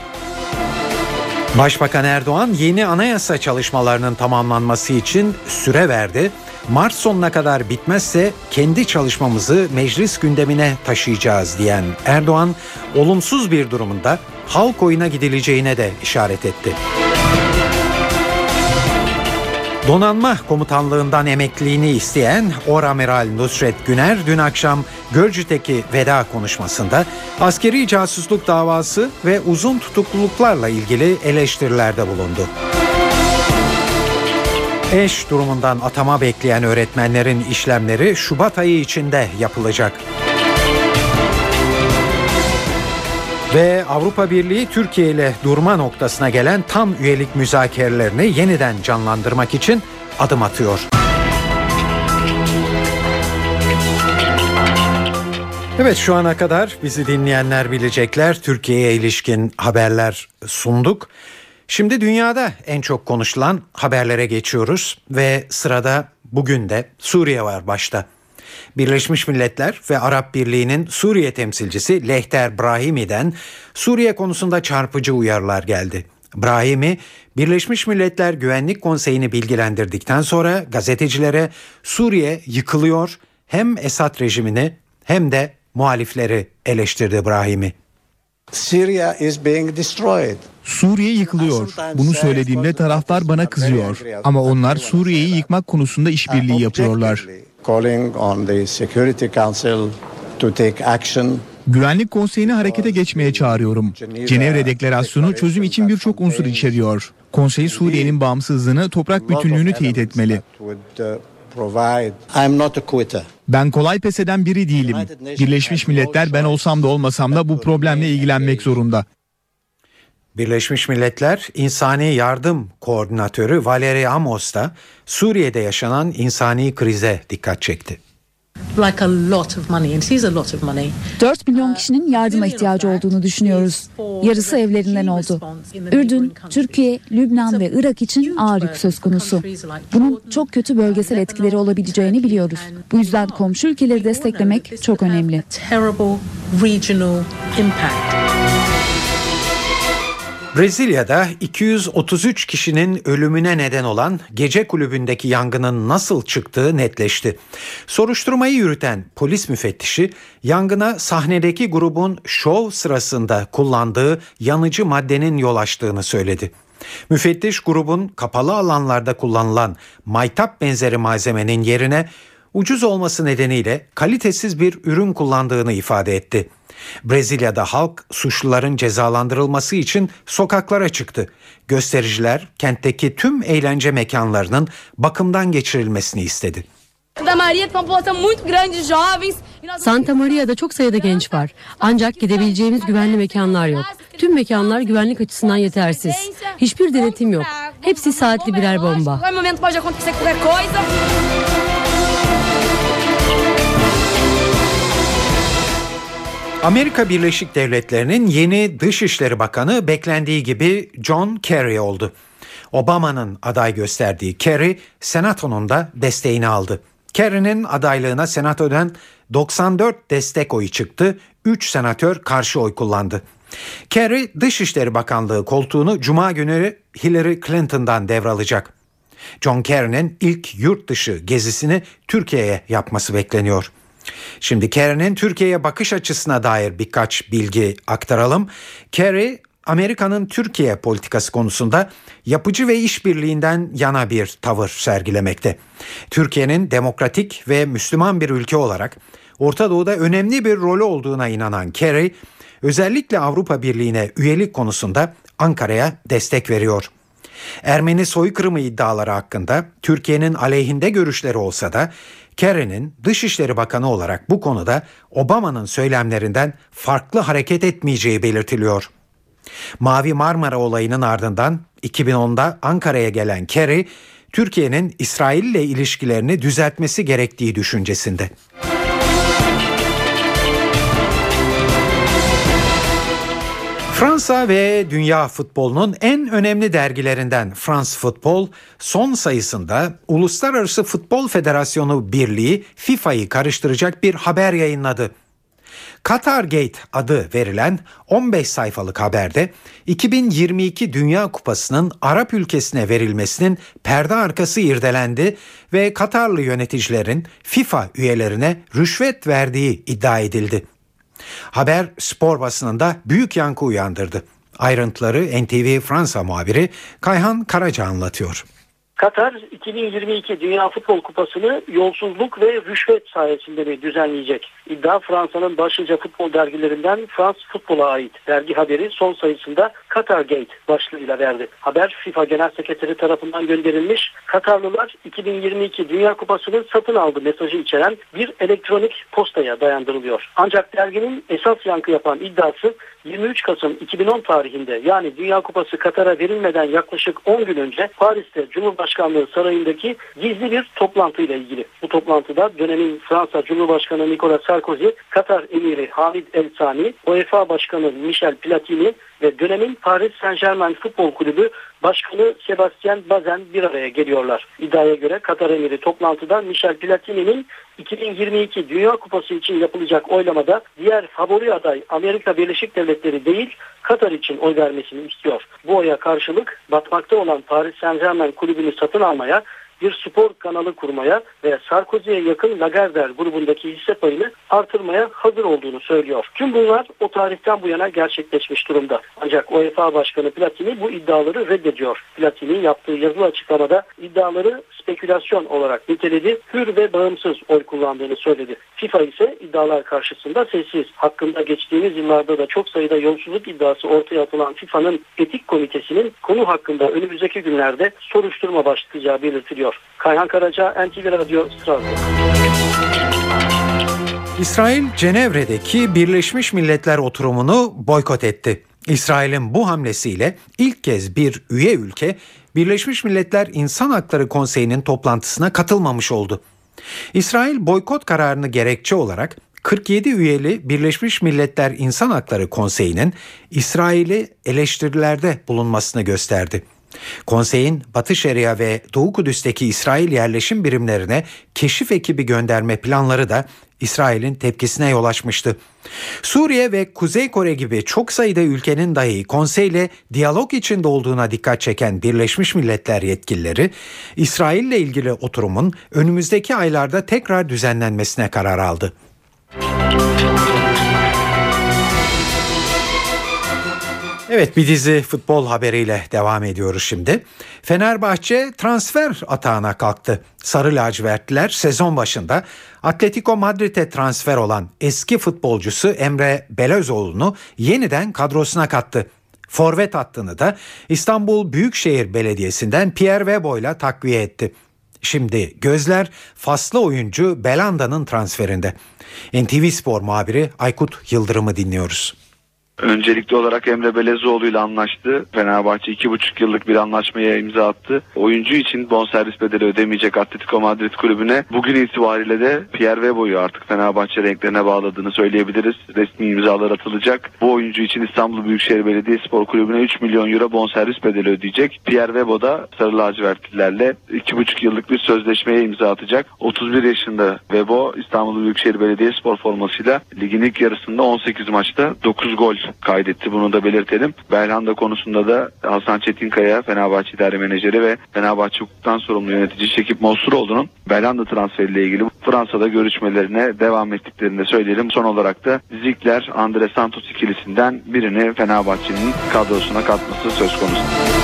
Başbakan Erdoğan yeni anayasa çalışmalarının tamamlanması için süre verdi. Mart sonuna kadar bitmezse kendi çalışmamızı meclis gündemine taşıyacağız diyen Erdoğan, olumsuz bir durumunda halk oyuna gidileceğine de işaret etti. Donanma Komutanlığından emekliliğini isteyen Oramiral Nusret Güner dün akşam Gölcük'teki veda konuşmasında askeri casusluk davası ve uzun tutukluluklarla ilgili eleştirilerde bulundu. Eş durumundan atama bekleyen öğretmenlerin işlemleri Şubat ayı içinde yapılacak. Ve Avrupa Birliği Türkiye ile durma noktasına gelen tam üyelik müzakerelerini yeniden canlandırmak için adım atıyor. Evet, şu ana kadar bizi dinleyenler bilecekler, Türkiye'ye ilişkin haberler sunduk. Şimdi dünyada en çok konuşulan haberlere geçiyoruz ve sırada bugün de Suriye var başta. Birleşmiş Milletler ve Arap Birliği'nin Suriye temsilcisi Lehter Brahimi'den Suriye konusunda çarpıcı uyarılar geldi. Brahimi, Birleşmiş Milletler Güvenlik Konseyi'ni bilgilendirdikten sonra gazetecilere Suriye yıkılıyor, hem Esad rejimini hem de muhalifleri eleştirdi Brahimi. Syria is being destroyed. Suriye yıkılıyor. Bunu söylediğimde taraflar bana kızıyor. Ama onlar Suriye'yi yıkmak konusunda işbirliği yapıyorlar. Güvenlik Konseyi'ni harekete geçmeye çağırıyorum. Cenevre Deklarasyonu çözüm için birçok unsur içeriyor. Konsey Suriye'nin bağımsızlığını, toprak bütünlüğünü teyit etmeli. Ben kolay pes eden biri değilim. Birleşmiş Milletler ben olsam da olmasam da bu problemle ilgilenmek zorunda. Birleşmiş Milletler İnsani Yardım Koordinatörü Valerie Amos da Suriye'de yaşanan insani krize dikkat çekti. dört milyon kişinin yardıma ihtiyacı olduğunu düşünüyoruz. Yarısı evlerinden oldu. Ürdün, Türkiye, Lübnan ve Irak için ağır yük söz konusu. Bunun çok kötü bölgesel etkileri olabileceğini biliyoruz. Bu yüzden komşu ülkeleri desteklemek çok önemli. Brezilya'da iki yüz otuz üç kişinin ölümüne neden olan gece kulübündeki yangının nasıl çıktığı netleşti. Soruşturmayı yürüten polis müfettişi yangına sahnedeki grubun şov sırasında kullandığı yanıcı maddenin yol açtığını söyledi. Müfettiş grubun kapalı alanlarda kullanılan maytap benzeri malzemenin yerine ucuz olması nedeniyle kalitesiz bir ürün kullandığını ifade etti. Brezilya'da halk suçluların cezalandırılması için sokaklara çıktı. Göstericiler kentteki tüm eğlence mekanlarının bakımdan geçirilmesini istedi. Santa Maria'da çok sayıda genç var. Ancak gidebileceğimiz güvenli mekanlar yok. Tüm mekanlar güvenlik açısından yetersiz. Hiçbir denetim yok. Hepsi saatli birer bomba. Amerika Birleşik Devletleri'nin yeni Dışişleri Bakanı beklendiği gibi John Kerry oldu. Obama'nın aday gösterdiği Kerry, Senato'nun da desteğini aldı. Kerry'nin adaylığına Senato'dan doksan dört destek oyu çıktı, üç senatör karşı oy kullandı. Kerry, Dışişleri Bakanlığı koltuğunu Cuma günü Hillary Clinton'dan devralacak. John Kerry'nin ilk yurt dışı gezisini Türkiye'ye yapması bekleniyor. Şimdi Kerry'nin Türkiye'ye bakış açısına dair birkaç bilgi aktaralım. Kerry, Amerika'nın Türkiye politikası konusunda yapıcı ve işbirliğinden yana bir tavır sergilemekte. Türkiye'nin demokratik ve Müslüman bir ülke olarak Orta Doğu'da önemli bir rolü olduğuna inanan Kerry, özellikle Avrupa Birliği'ne üyelik konusunda Ankara'ya destek veriyor. Ermeni soykırımı iddiaları hakkında Türkiye'nin aleyhinde görüşleri olsa da Kerry'nin Dışişleri Bakanı olarak bu konuda Obama'nın söylemlerinden farklı hareket etmeyeceği belirtiliyor. Mavi Marmara olayının ardından iki bin onda Ankara'ya gelen Kerry, Türkiye'nin İsrail ile ilişkilerini düzeltmesi gerektiği düşüncesinde. Fransa ve dünya futbolunun en önemli dergilerinden France Football son sayısında Uluslararası Futbol Federasyonu Birliği FIFA'yı karıştıracak bir haber yayınladı. Qatar Gate adı verilen on beş sayfalık haberde iki bin yirmi iki Dünya Kupası'nın Arap ülkesine verilmesinin perde arkası irdelendi ve Katarlı yöneticilerin FIFA üyelerine rüşvet verdiği iddia edildi. Haber spor basınında büyük yankı uyandırdı. Ayrıntıları N T V Fransa muhabiri Kayhan Karaca anlatıyor. Katar iki bin yirmi iki Dünya Futbol Kupası'nı yolsuzluk ve rüşvet sayesinde mi düzenleyecek? İddia Fransa'nın başlıca futbol dergilerinden France Football'a ait. Dergi haberi son sayısında Qatar Gate başlığıyla verdi. Haber FIFA Genel Sekreteri tarafından gönderilmiş. Katarlılar iki bin yirmi iki Dünya Kupası'nı satın aldı mesajı içeren bir elektronik postaya dayandırılıyor. Ancak derginin esas yankı yapan iddiası yirmi üç Kasım iki bin on tarihinde, yani Dünya Kupası Katar'a verilmeden yaklaşık on gün önce Paris'te Cumhurbaşkanlığı sarayındaki gizli bir toplantıyla ilgili. Bu toplantıda dönemin Fransa Cumhurbaşkanı Nicolas Sarkozy, Katar Emiri Hamid El Thani, UEFA Başkanı Michel Platini ve dönemin Paris Saint-Germain Futbol Kulübü Başkanı Sébastien Bazen bir araya geliyorlar. İddiaya göre Katar Emiri toplantıda Michel Platini'nin iki bin yirmi iki Dünya Kupası için yapılacak oylamada diğer favori aday Amerika Birleşik Devletleri değil, Katar için oy vermesini istiyor. Bu oya karşılık batmakta olan Paris Saint-Germain kulübünü satın almaya, bir spor kanalı kurmaya ve Sarkozy'ye yakın Lagardère grubundaki hisse payını artırmaya hazır olduğunu söylüyor. Tüm bunlar o tarihten bu yana gerçekleşmiş durumda. Ancak UEFA Başkanı Platini bu iddiaları reddediyor. Platini yaptığı yazılı açıklamada iddiaları spekülasyon olarak niteledi, hür ve bağımsız oy kullandığını söyledi. FIFA ise iddialar karşısında sessiz. Hakkında geçtiğimiz yıllarda da çok sayıda yolsuzluk iddiası ortaya atılan FIFA'nın etik komitesinin konu hakkında önümüzdeki günlerde soruşturma başlatacağı belirtiliyor. Kayhan Karaca, N T V Radyo, Strasbourg. İsrail, Cenevre'deki Birleşmiş Milletler oturumunu boykot etti. İsrail'in bu hamlesiyle ilk kez bir üye ülke Birleşmiş Milletler İnsan Hakları Konseyi'nin toplantısına katılmamış oldu. İsrail boykot kararını gerekçe olarak kırk yedi üyeli Birleşmiş Milletler İnsan Hakları Konseyi'nin İsrail'i eleştirilerde bulunmasını gösterdi. Konseyin Batı Şeria ve Doğu Kudüs'teki İsrail yerleşim birimlerine keşif ekibi gönderme planları da İsrail'in tepkisine yol açmıştı. Suriye ve Kuzey Kore gibi çok sayıda ülkenin dahi konseyle diyalog içinde olduğuna dikkat çeken Birleşmiş Milletler yetkilileri, İsrail'le ilgili oturumun önümüzdeki aylarda tekrar düzenlenmesine karar aldı. Evet, bir dizi futbol haberiyle devam ediyoruz şimdi. Fenerbahçe transfer atağına kalktı. Sarı lacivertliler sezon başında Atletico Madrid'e transfer olan eski futbolcusu Emre Belözoğlu'nu yeniden kadrosuna kattı. Forvet hattını da İstanbul Büyükşehir Belediyesi'nden Pierre Webo'yla takviye etti. Şimdi gözler faslı oyuncu Belanda'nın transferinde. N T V Spor muhabiri Aykut Yıldırım'ı dinliyoruz. Öncelikli olarak Emre Belözoğlu ile anlaştı. Fenerbahçe iki buçuk yıllık bir anlaşmaya imza attı. Oyuncu için bonservis bedeli ödemeyecek Atletico Madrid kulübüne bugün itibariyle de Pierre Webo'yu artık Fenerbahçe renklerine bağladığını söyleyebiliriz. Resmi imzalar atılacak. Bu oyuncu için İstanbul Büyükşehir Belediyespor Kulübü'ne üç milyon euro bonservis bedeli ödeyecek. Pierre Webo da Sarı lacivertlilerle iki buçuk yıllık bir sözleşmeye imza atacak. otuz bir yaşında Webo İstanbul Büyükşehir Belediyespor formasıyla ligin ilk yarısında on sekiz maçta dokuz gol kaydetti. Bunu da belirtelim. Belhanda konusunda da Hasan Çetinkaya, Fenerbahçe İdare Menajeri ve Fenerbahçe hukuktan sorumlu yönetici Şekip Mosuroğlu'nun Belhanda transferiyle ilgili Fransa'da görüşmelerine devam ettiklerini de söyleyelim. Son olarak da Ziegler, Andre Santos ikilisinden birini Fenerbahçe'nin kadrosuna katması söz konusu.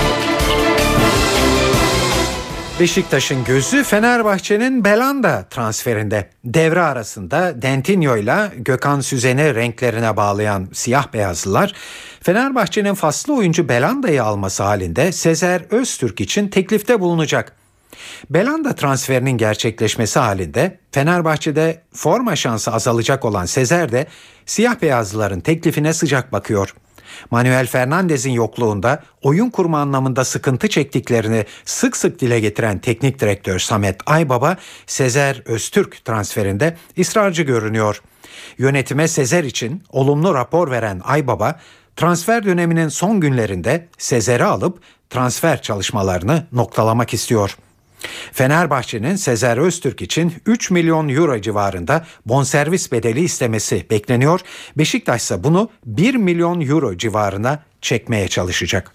Beşiktaş'ın gözü Fenerbahçe'nin Belanda transferinde. Devre arasında Dentinho ile Gökhan Süzen'i renklerine bağlayan siyah beyazlılar, Fenerbahçe'nin faslı oyuncu Belanda'yı alması halinde Sezer Öztürk için teklifte bulunacak. Belanda transferinin gerçekleşmesi halinde Fenerbahçe'de forma şansı azalacak olan Sezer de siyah beyazlıların teklifine sıcak bakıyor. Manuel Fernandez'in yokluğunda oyun kurma anlamında sıkıntı çektiklerini sık sık dile getiren teknik direktör Samet Aybaba, Sezer Öztürk transferinde ısrarcı görünüyor. Yönetime Sezer için olumlu rapor veren Aybaba, transfer döneminin son günlerinde Sezer'i alıp transfer çalışmalarını noktalamak istiyor. Fenerbahçe'nin Sezer Öztürk için üç milyon euro civarında bonservis bedeli istemesi bekleniyor. Beşiktaş ise bunu bir milyon euro civarına çekmeye çalışacak.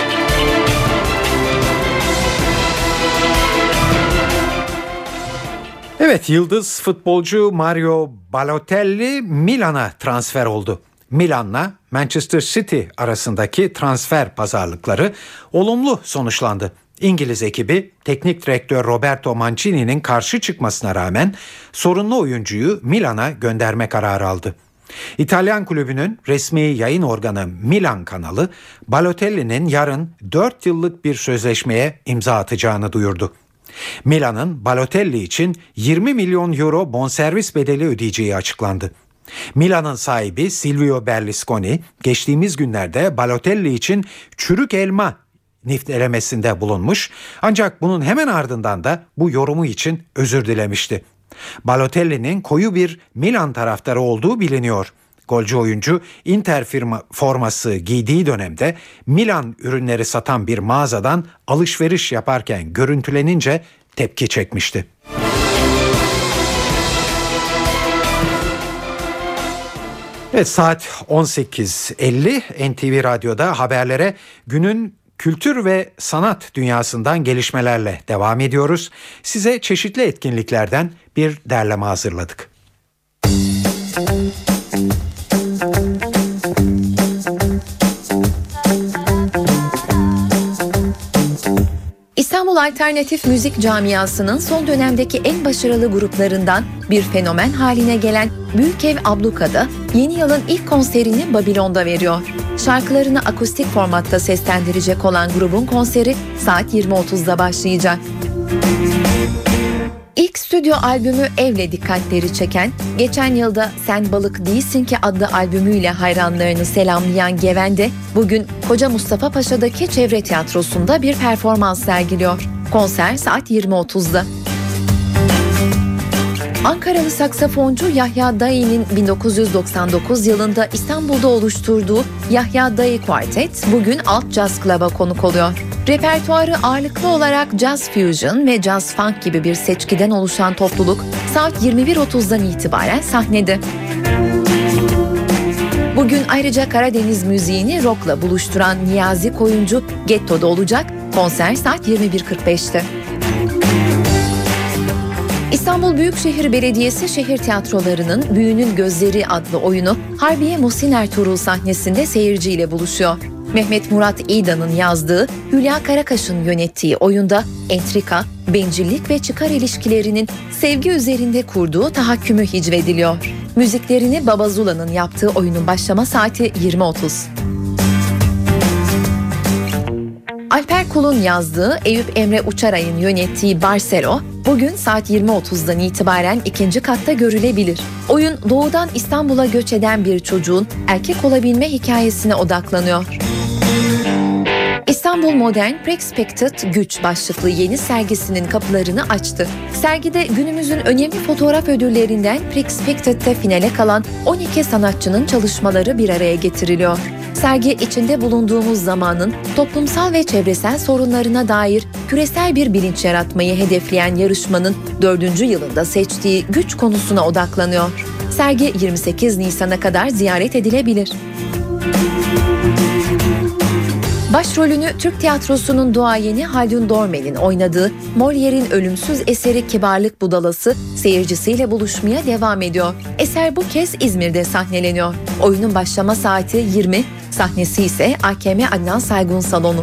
Evet, yıldız futbolcu Mario Balotelli Milan'a transfer oldu. Milan'la Manchester City arasındaki transfer pazarlıkları olumlu sonuçlandı. İngiliz ekibi teknik direktör Roberto Mancini'nin karşı çıkmasına rağmen sorunlu oyuncuyu Milan'a gönderme kararı aldı. İtalyan kulübünün resmi yayın organı Milan kanalı Balotelli'nin yarın dört yıllık bir sözleşmeye imza atacağını duyurdu. Milan'ın Balotelli için yirmi milyon euro bonservis bedeli ödeyeceği açıklandı. Milan'ın sahibi Silvio Berlusconi geçtiğimiz günlerde Balotelli için çürük elma nitelemesinde bulunmuş, ancak bunun hemen ardından da bu yorumu için özür dilemişti. Balotelli'nin koyu bir Milan taraftarı olduğu biliniyor. Golcü oyuncu Inter firma forması giydiği dönemde Milan ürünleri satan bir mağazadan alışveriş yaparken görüntülenince tepki çekmişti. Evet, saat on sekiz elli N T V Radyo'da haberlere günün kültür ve sanat dünyasından gelişmelerle devam ediyoruz. Size çeşitli etkinliklerden bir derleme hazırladık. İstanbul Alternatif Müzik Camiası'nın son dönemdeki en başarılı gruplarından bir fenomen haline gelen Büyükev Abluka'da yeni yılın ilk konserini Babilon'da veriyor. Şarkılarını akustik formatta seslendirecek olan grubun konseri saat yirmi otuzda başlayacak. İlk stüdyo albümü Ev'le dikkatleri çeken, geçen yılda Sen Balık Değilsin Ki adlı albümüyle hayranlarını selamlayan Gevende, bugün Koca Mustafa Paşa'daki Çevre Tiyatrosu'nda bir performans sergiliyor. Konser saat yirmi otuzda. Ankaralı saksafoncu Yahya Dayı'nın bin dokuz yüz doksan dokuz yılında İstanbul'da oluşturduğu Yahya Dayı Quartet bugün Alt Jazz Club'a konuk oluyor. Repertuarı ağırlıklı olarak Jazz Fusion ve Jazz Funk gibi bir seçkiden oluşan topluluk saat yirmi bir otuzdan itibaren sahnede. Bugün ayrıca Karadeniz müziğini rock'la buluşturan Niyazi Koyuncu Getto'da olacak. Konser saat yirmi bir kırk beşte. İstanbul Büyükşehir Belediyesi şehir tiyatrolarının Büyünün Gözleri adlı oyunu Harbiye Muhsin Ertuğrul sahnesinde seyirciyle buluşuyor. Mehmet Murat İğdan'ın yazdığı, Hülya Karakaş'ın yönettiği oyunda entrika, bencillik ve çıkar ilişkilerinin sevgi üzerinde kurduğu tahakkümü hicvediliyor. Müziklerini Baba Zula'nın yaptığı oyunun başlama saati yirmi otuz. Alper Kul'un yazdığı, Eyüp Emre Uçaray'ın yönettiği Barcelo, bugün saat yirmi otuzdan itibaren ikinci katta görülebilir. Oyun doğudan İstanbul'a göç eden bir çocuğun erkek olabilme hikayesine odaklanıyor. İstanbul Modern Pre-Expected Güç başlıklı yeni sergisinin kapılarını açtı. Sergide günümüzün önemli fotoğraf ödüllerinden Pre-Expected'de finale kalan on iki sanatçının çalışmaları bir araya getiriliyor. Sergi içinde bulunduğumuz zamanın toplumsal ve çevresel sorunlarına dair küresel bir bilinç yaratmayı hedefleyen yarışmanın dördüncü yılında seçtiği güç konusuna odaklanıyor. Sergi yirmi sekiz Nisan'a kadar ziyaret edilebilir. Başrolünü Türk tiyatrosunun duayeni Haldun Dormen'in oynadığı Molière'in ölümsüz eseri Kibarlık Budalası seyircisiyle buluşmaya devam ediyor. Eser bu kez İzmir'de sahneleniyor. Oyunun başlama saati yirmi, sahnesi ise A K M Adnan Saygun Salonu.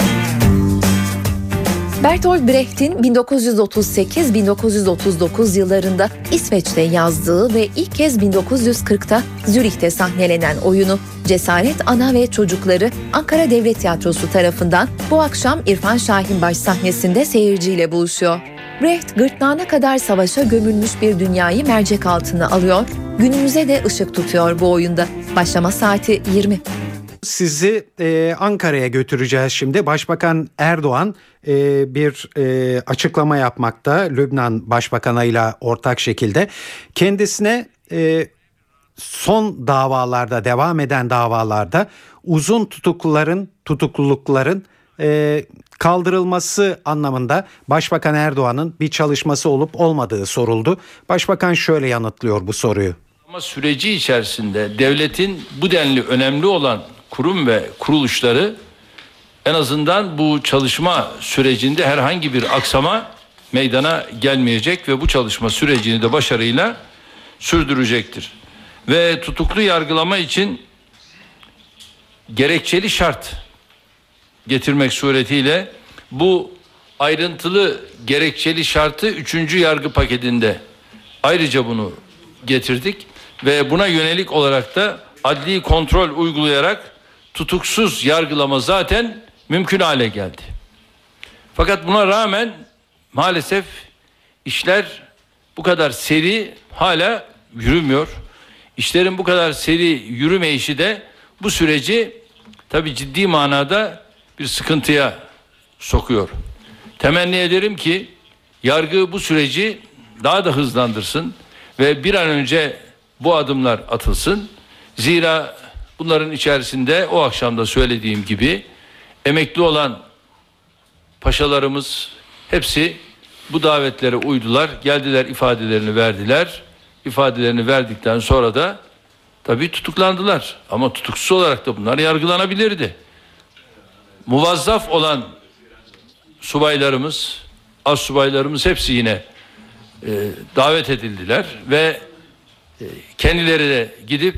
Bertolt Brecht'in bin dokuz yüz otuz sekiz bin dokuz yüz otuz dokuz yıllarında İsveç'te yazdığı ve ilk kez bin dokuz yüz kırkta Zürih'te sahnelenen oyunu Cesaret Ana ve Çocukları Ankara Devlet Tiyatrosu tarafından bu akşam İrfan Şahinbaş sahnesinde seyirciyle buluşuyor. Brecht gırtlağına kadar savaşa gömülmüş bir dünyayı mercek altına alıyor, günümüze de ışık tutuyor bu oyunda. Başlama saati yirmi. Sizi e, Ankara'ya götüreceğiz şimdi. Başbakan Erdoğan e, bir e, açıklama yapmakta Lübnan Başbakanı'yla ortak şekilde. Kendisine e, son davalarda, devam eden davalarda uzun tutukluların, tutuklulukların e, kaldırılması anlamında Başbakan Erdoğan'ın bir çalışması olup olmadığı soruldu. Başbakan şöyle yanıtlıyor bu soruyu. Ama süreci içerisinde devletin bu denli önemli olan kurum ve kuruluşları en azından bu çalışma sürecinde herhangi bir aksama meydana gelmeyecek ve bu çalışma sürecini de başarıyla sürdürecektir. Ve tutuklu yargılama için gerekçeli şart getirmek suretiyle bu ayrıntılı gerekçeli şartı üçüncü yargı paketinde ayrıca bunu getirdik ve buna yönelik olarak da adli kontrol uygulayarak tutuksuz yargılama zaten mümkün hale geldi. Fakat buna rağmen maalesef işler bu kadar seri hala yürümüyor. İşlerin bu kadar seri yürümeyişi de bu süreci tabii ciddi manada bir sıkıntıya sokuyor. Temenni ederim ki yargı bu süreci daha da hızlandırsın ve bir an önce bu adımlar atılsın. Zira bunların içerisinde o akşamda söylediğim gibi emekli olan paşalarımız hepsi bu davetlere uydular. Geldiler, ifadelerini verdiler. İfadelerini verdikten sonra da tabii tutuklandılar. Ama tutuksuz olarak da bunlar yargılanabilirdi. Muvazzaf olan subaylarımız, astsubaylarımız hepsi yine e, davet edildiler ve e, kendileri de gidip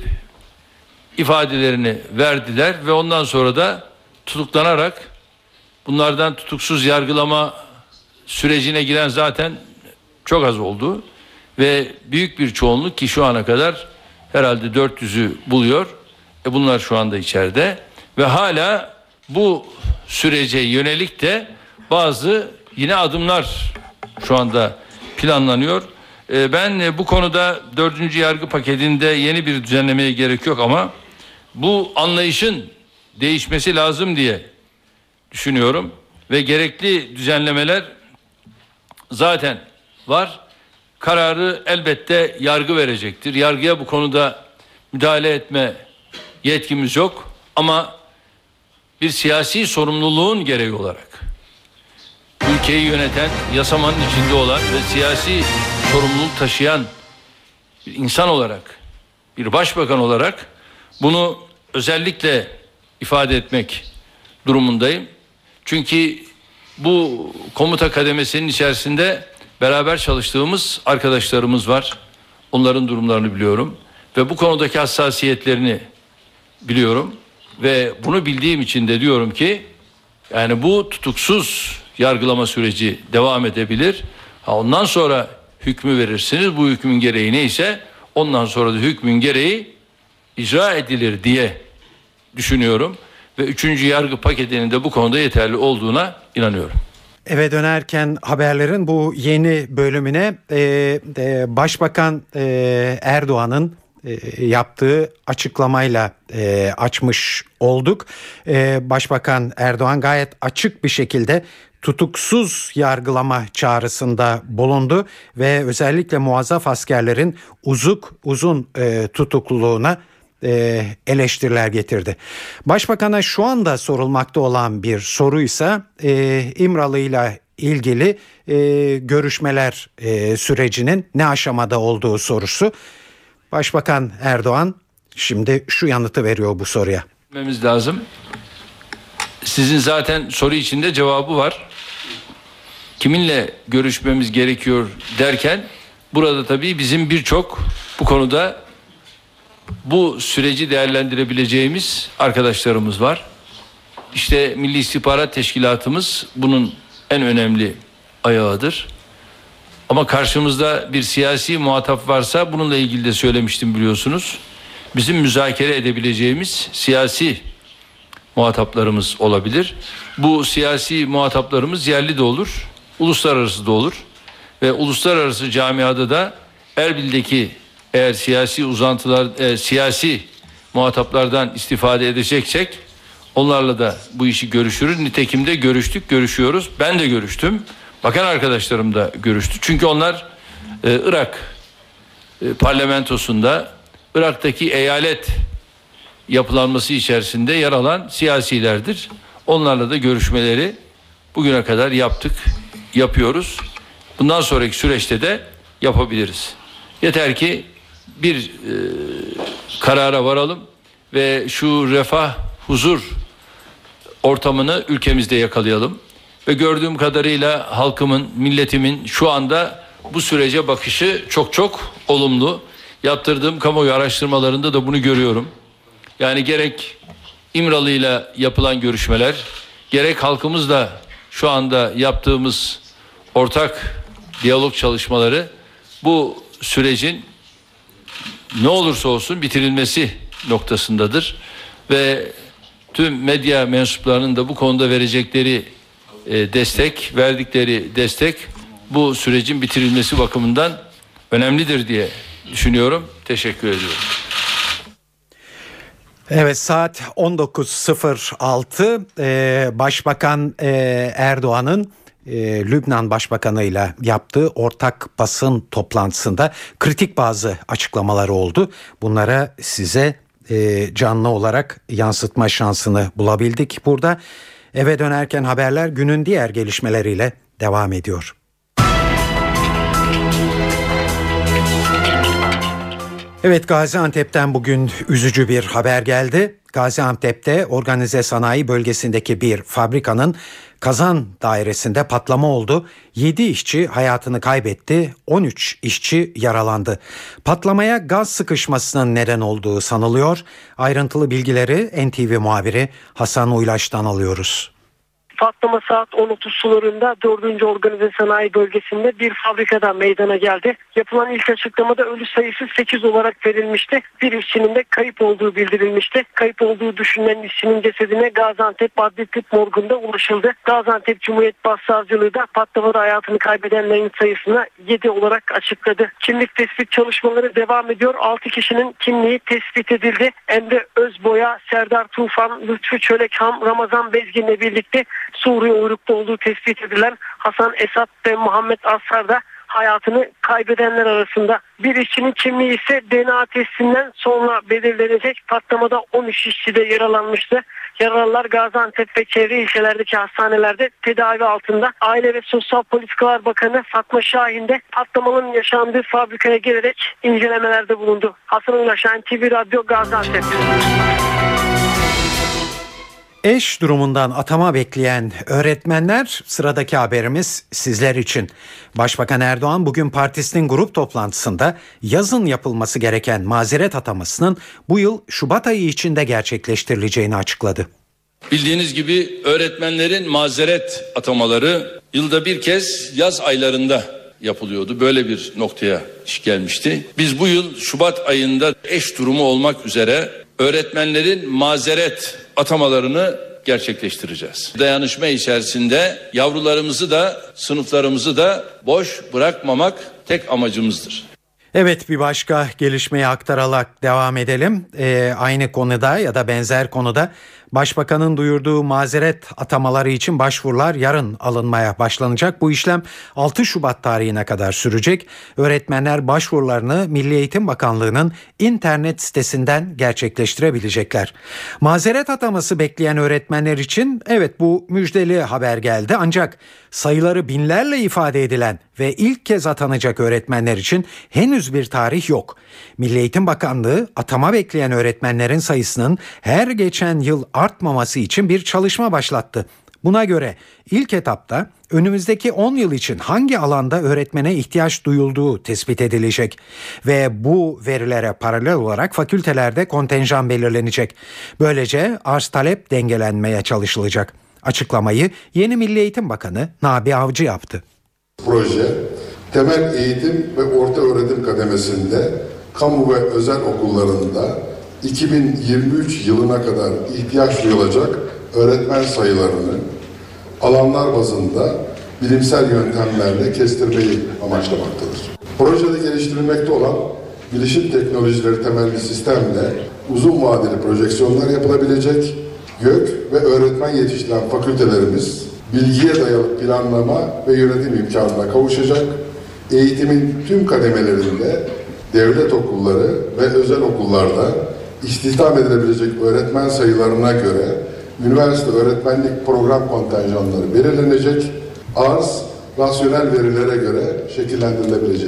ifadelerini verdiler ve ondan sonra da tutuklanarak bunlardan tutuksuz yargılama sürecine giren zaten çok az oldu ve büyük bir çoğunluk ki şu ana kadar herhalde dört yüzü buluyor. E bunlar şu anda içeride ve hala bu sürece yönelik de bazı yine adımlar şu anda planlanıyor. E ben bu konuda dördüncü yargı paketinde yeni bir düzenlemeye gerek yok ama bu anlayışın değişmesi lazım diye düşünüyorum ve gerekli düzenlemeler zaten var. Kararı elbette yargı verecektir. Yargıya bu konuda müdahale etme yetkimiz yok ama bir siyasi sorumluluğun gereği olarak ülkeyi yöneten, yasamanın içinde olan ve siyasi sorumluluk taşıyan bir insan olarak, bir başbakan olarak bunu özellikle ifade etmek durumundayım. Çünkü bu komuta kademesinin içerisinde beraber çalıştığımız arkadaşlarımız var. Onların durumlarını biliyorum ve bu konudaki hassasiyetlerini biliyorum ve bunu bildiğim için de diyorum ki yani bu tutuksuz yargılama süreci devam edebilir. Ha, ondan sonra hükmü verirsiniz. Bu hükmün gereği neyse ondan sonra da hükmün gereği icra edilir diye düşünüyorum ve üçüncü yargı paketinin de bu konuda yeterli olduğuna inanıyorum. Eve dönerken haberlerin bu yeni bölümüne e, e, Başbakan e, Erdoğan'ın e, yaptığı açıklamayla e, açmış olduk. E, Başbakan Erdoğan gayet açık bir şekilde tutuksuz yargılama çağrısında bulundu ve özellikle muazzaf askerlerin uzuk uzun e, tutukluluğuna e, eleştiriler getirdi. Başbakan'a şu anda sorulmakta olan bir soruysa e, İmralı ile ilgili e, görüşmeler e, sürecinin ne aşamada olduğu sorusu. Başbakan Erdoğan şimdi şu yanıtı veriyor bu soruya. Bilmemiz lazım. Sizin zaten soru içinde cevabı var. Kiminle görüşmemiz gerekiyor derken burada tabii bizim birçok bu konuda bu süreci değerlendirebileceğimiz arkadaşlarımız var. İşte Milli İstihbarat Teşkilatımız bunun en önemli ayağıdır. Ama karşımızda bir siyasi muhatap varsa bununla ilgili de söylemiştim biliyorsunuz. Bizim müzakere edebileceğimiz siyasi muhataplarımız olabilir. Bu siyasi muhataplarımız yerli de olur, uluslararası da olur. Ve uluslararası camiada da Erbil'deki eğer siyasi uzantılar, e, siyasi muhataplardan istifade edeceksek onlarla da bu işi görüşürüz. Nitekim de görüştük, görüşüyoruz. Ben de görüştüm. Bakan arkadaşlarım da görüştü. Çünkü onlar e, Irak e, parlamentosunda Irak'taki eyalet yapılanması içerisinde yer alan siyasilerdir. Onlarla da görüşmeleri bugüne kadar yaptık, yapıyoruz. Bundan sonraki süreçte de yapabiliriz. Yeter ki bir e, karara varalım ve şu refah, huzur ortamını ülkemizde yakalayalım. Ve gördüğüm kadarıyla halkımın, milletimin şu anda bu sürece bakışı çok çok olumlu. Yaptırdığım kamuoyu araştırmalarında da bunu görüyorum. Yani gerek İmralı'yla yapılan görüşmeler, gerek halkımızla şu anda yaptığımız ortak diyalog çalışmaları bu sürecin ne olursa olsun bitirilmesi noktasındadır. Ve tüm medya mensuplarının da bu konuda verecekleri e, destek, verdikleri destek bu sürecin bitirilmesi bakımından önemlidir diye düşünüyorum. Teşekkür ediyorum. Evet, saat on dokuz sıfır altı ee, Başbakan e, Erdoğan'ın e, Lübnan Başbakanı ile yaptığı ortak basın toplantısında kritik bazı açıklamaları oldu. Bunlara size e, canlı olarak yansıtma şansını bulabildik. Burada eve dönerken haberler günün diğer gelişmeleriyle devam ediyor. Evet, Gaziantep'ten bugün üzücü bir haber geldi. Gaziantep'te organize sanayi bölgesindeki bir fabrikanın kazan dairesinde patlama oldu. yedi işçi hayatını kaybetti, on üç işçi yaralandı. Patlamaya gaz sıkışmasının neden olduğu sanılıyor. Ayrıntılı bilgileri N T V muhabiri Hasan Uylaş'tan alıyoruz. Patlama saat on otuz sularında dördüncü Organize Sanayi Bölgesi'nde bir fabrikada meydana geldi. Yapılan ilk açıklamada ölü sayısı sekiz olarak verilmişti. Bir işçinin de kayıp olduğu bildirilmişti. Kayıp olduğu düşünülen işçinin cesedine Gaziantep Adli Tıp Morgu'nda ulaşıldı. Gaziantep Cumhuriyet Başsavcılığı da patlamada hayatını kaybedenlerin sayısına yedi olarak açıkladı. Kimlik tespit çalışmaları devam ediyor. altı kişinin kimliği tespit edildi. Emre Özboya, Serdar Tufan, Lütfü Çölekham, Ramazan Bezgin'le birlikte Suriye uyruklu olduğu tespit edilen Hasan Esat ve Muhammed Asar da hayatını kaybedenler arasında. Bir işçinin kimliği ise D N A testinden sonra belirlenecek. Patlamada on üç işçi de yaralanmıştı. Yaralılar Gaziantep ve çevre ilçelerdeki hastanelerde tedavi altında. Aile ve Sosyal Politikalar Bakanı Fatma Şahin de patlamanın yaşandığı fabrikaya gelerek incelemelerde bulundu. Hasan Ulaş, N T V Radyo, Gaziantep. Eş durumundan atama bekleyen öğretmenler, sıradaki haberimiz sizler için. Başbakan Erdoğan bugün partisinin grup toplantısında yazın yapılması gereken mazeret atamasının bu yıl Şubat ayı içinde gerçekleştirileceğini açıkladı. Bildiğiniz gibi öğretmenlerin mazeret atamaları yılda bir kez yaz aylarında yapılıyordu. Böyle bir noktaya iş gelmişti. Biz bu yıl Şubat ayında eş durumu olmak üzere öğretmenlerin mazeret atamalarını gerçekleştireceğiz. Dayanışma içerisinde yavrularımızı da sınıflarımızı da boş bırakmamak tek amacımızdır. Evet, bir başka gelişmeyi aktararak devam edelim. Ee, aynı konuda ya da benzer konuda Başbakanın duyurduğu mazeret atamaları için başvurular yarın alınmaya başlanacak. Bu işlem altı Şubat tarihine kadar sürecek. Öğretmenler başvurularını Milli Eğitim Bakanlığı'nın internet sitesinden gerçekleştirebilecekler. Mazeret ataması bekleyen öğretmenler için evet, bu müjdeli haber geldi. Ancak sayıları binlerle ifade edilen ve ilk kez atanacak öğretmenler için henüz bir tarih yok. Milli Eğitim Bakanlığı atama bekleyen öğretmenlerin sayısının her geçen yıl artmaması için bir çalışma başlattı. Buna göre ilk etapta önümüzdeki on yıl için hangi alanda öğretmene ihtiyaç duyulduğu tespit edilecek ve bu verilere paralel olarak fakültelerde kontenjan belirlenecek. Böylece arz talep dengelenmeye çalışılacak. Açıklamayı yeni Milli Eğitim Bakanı Nabi Avcı yaptı. Proje, temel eğitim ve orta öğretim kademesinde kamu ve özel okullarında iki bin yirmi üç yılına kadar ihtiyaç duyulacak öğretmen sayılarını alanlar bazında bilimsel yöntemlerle kestirmeyi amaçlamaktadır. Projede geliştirilmekte olan bilişim teknolojileri temelli sistemle uzun vadeli projeksiyonlar yapılabilecek, gök ve öğretmen yetiştiren fakültelerimiz bilgiye dayalı planlama ve yönetim imkanına kavuşacak, eğitimin tüm kademelerinde devlet okulları ve özel okullarda istihdam edilebilecek öğretmen sayılarına göre üniversite öğretmenlik program kontenjanları belirlenecek, arz rasyonel verilere göre şekillendirilebilecek.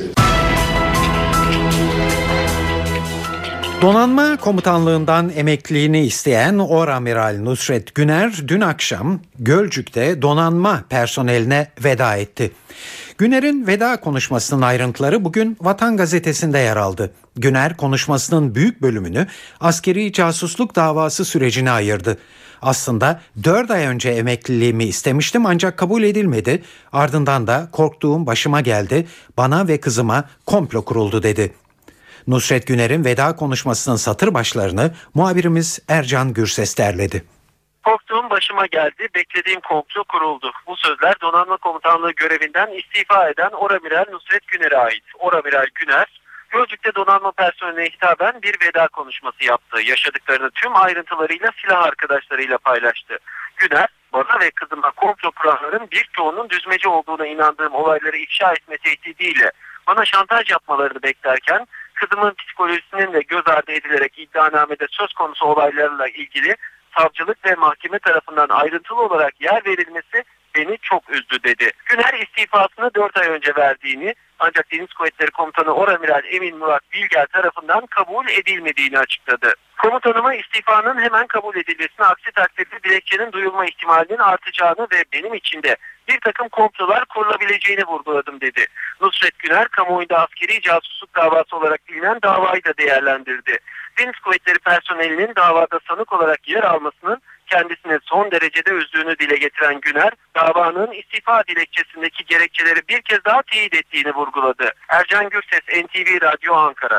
Donanma Komutanlığından emekliliğini isteyen Oramiral Nusret Güner dün akşam Gölcük'te donanma personeline veda etti. Güner'in veda konuşmasının ayrıntıları bugün Vatan Gazetesi'nde yer aldı. Güner konuşmasının büyük bölümünü askeri casusluk davası sürecine ayırdı. Aslında dört ay önce emekliliğimi istemiştim ancak kabul edilmedi. Ardından da korktuğum başıma geldi. Bana ve kızıma komplo kuruldu dedi. Nusret Güner'in veda konuşmasının satır başlarını muhabirimiz Ercan Gürses derledi. Korktuğum başıma geldi, beklediğim komplo kuruldu. Bu sözler Donanma Komutanlığı görevinden istifa eden Oramiral Nusret Güner'e ait. Oramiral Güner, Gölcük'te donanma personeline hitaben bir veda konuşması yaptı. Yaşadıklarını tüm ayrıntılarıyla silah arkadaşlarıyla paylaştı. Güner, bana ve kızıma komplo kuranların birçoğunun düzmece olduğuna inandığım olayları ifşa etme tehdidiyle bana şantaj yapmalarını beklerken, kızımın psikolojisinin de göz ardı edilerek iddianamede söz konusu olaylarla ilgili savcılık ve mahkeme tarafından ayrıntılı olarak yer verilmesi beni çok üzdü dedi. Güner istifasını dört ay önce verdiğini ancak Deniz Kuvvetleri Komutanı Oramiral Emin Murat Bilger tarafından kabul edilmediğini açıkladı. Komutanıma istifanın hemen kabul edilmesine, aksi takdirde dilekçenin duyulma ihtimalinin artacağını ve benim için de bir takım komplolar kurulabileceğini vurguladım dedi. Nusret Güner, kamuoyunda askeri casusluk davası olarak bilinen davayı da değerlendirdi. Deniz Kuvvetleri personelinin davada sanık olarak yer almasının kendisine son derecede üzdüğünü dile getiren Güner, davanın istifa dilekçesindeki gerekçeleri bir kez daha teyit ettiğini vurguladı. Ercan Gürses, N T V Radyo Ankara.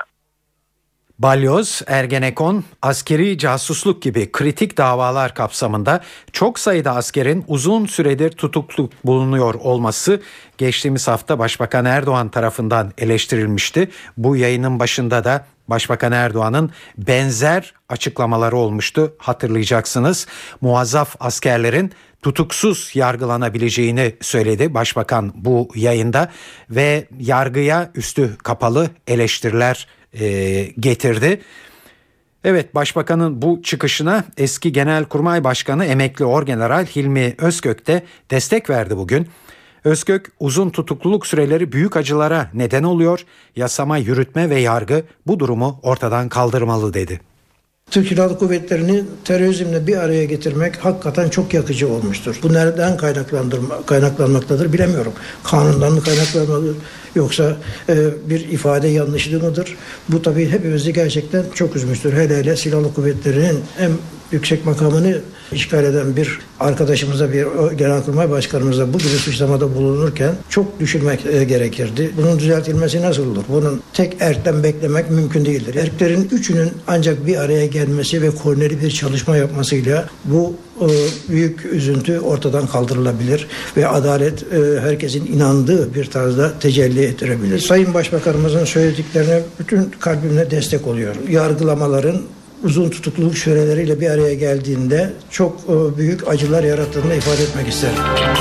Balyoz, Ergenekon, askeri casusluk gibi kritik davalar kapsamında çok sayıda askerin uzun süredir tutuklu bulunuyor olması geçtiğimiz hafta Başbakan Erdoğan tarafından eleştirilmişti. Bu yayının başında da Başbakan Erdoğan'ın benzer açıklamaları olmuştu, hatırlayacaksınız. Muazzaf askerlerin tutuksuz yargılanabileceğini söyledi Başbakan bu yayında ve yargıya üstü kapalı eleştiriler e, getirdi. Evet, Başbakanın bu çıkışına eski Genelkurmay Başkanı emekli Orgeneral Hilmi Özkök de destek verdi bugün. Özkök, uzun tutukluluk süreleri büyük acılara neden oluyor. Yasama, yürütme ve yargı bu durumu ortadan kaldırmalı dedi. Türk Silahlı Kuvvetleri'ni terörizmle bir araya getirmek hakikaten çok yakıcı olmuştur. Bu nereden kaynaklanmaktadır bilemiyorum. Kanundan mı kaynaklanmalıdır yoksa e, bir ifade yanlışlığı mıdır? Bu tabii hepimizi gerçekten çok üzmüştür. Hele hele Silahlı Kuvvetleri'nin en yüksek makamını işgal eden bir arkadaşımıza, bir Genelkurmay Başkanımıza bu gibi suçlamada bulunurken çok düşünmek e, gerekirdi. Bunun düzeltilmesi nasıl olur? Bunun tek erkten beklemek mümkün değildir. Erklerin üçünün ancak bir araya gelmesi ve koordineli bir çalışma yapmasıyla bu e, büyük üzüntü ortadan kaldırılabilir ve adalet e, herkesin inandığı bir tarzda tecelli ettirebilir. Sayın Başbakanımızın söylediklerine bütün kalbimle destek oluyorum. Yargılamaların uzun tutukluluk süreleriyle bir araya geldiğinde çok büyük acılar yarattığını ifade etmek isterim.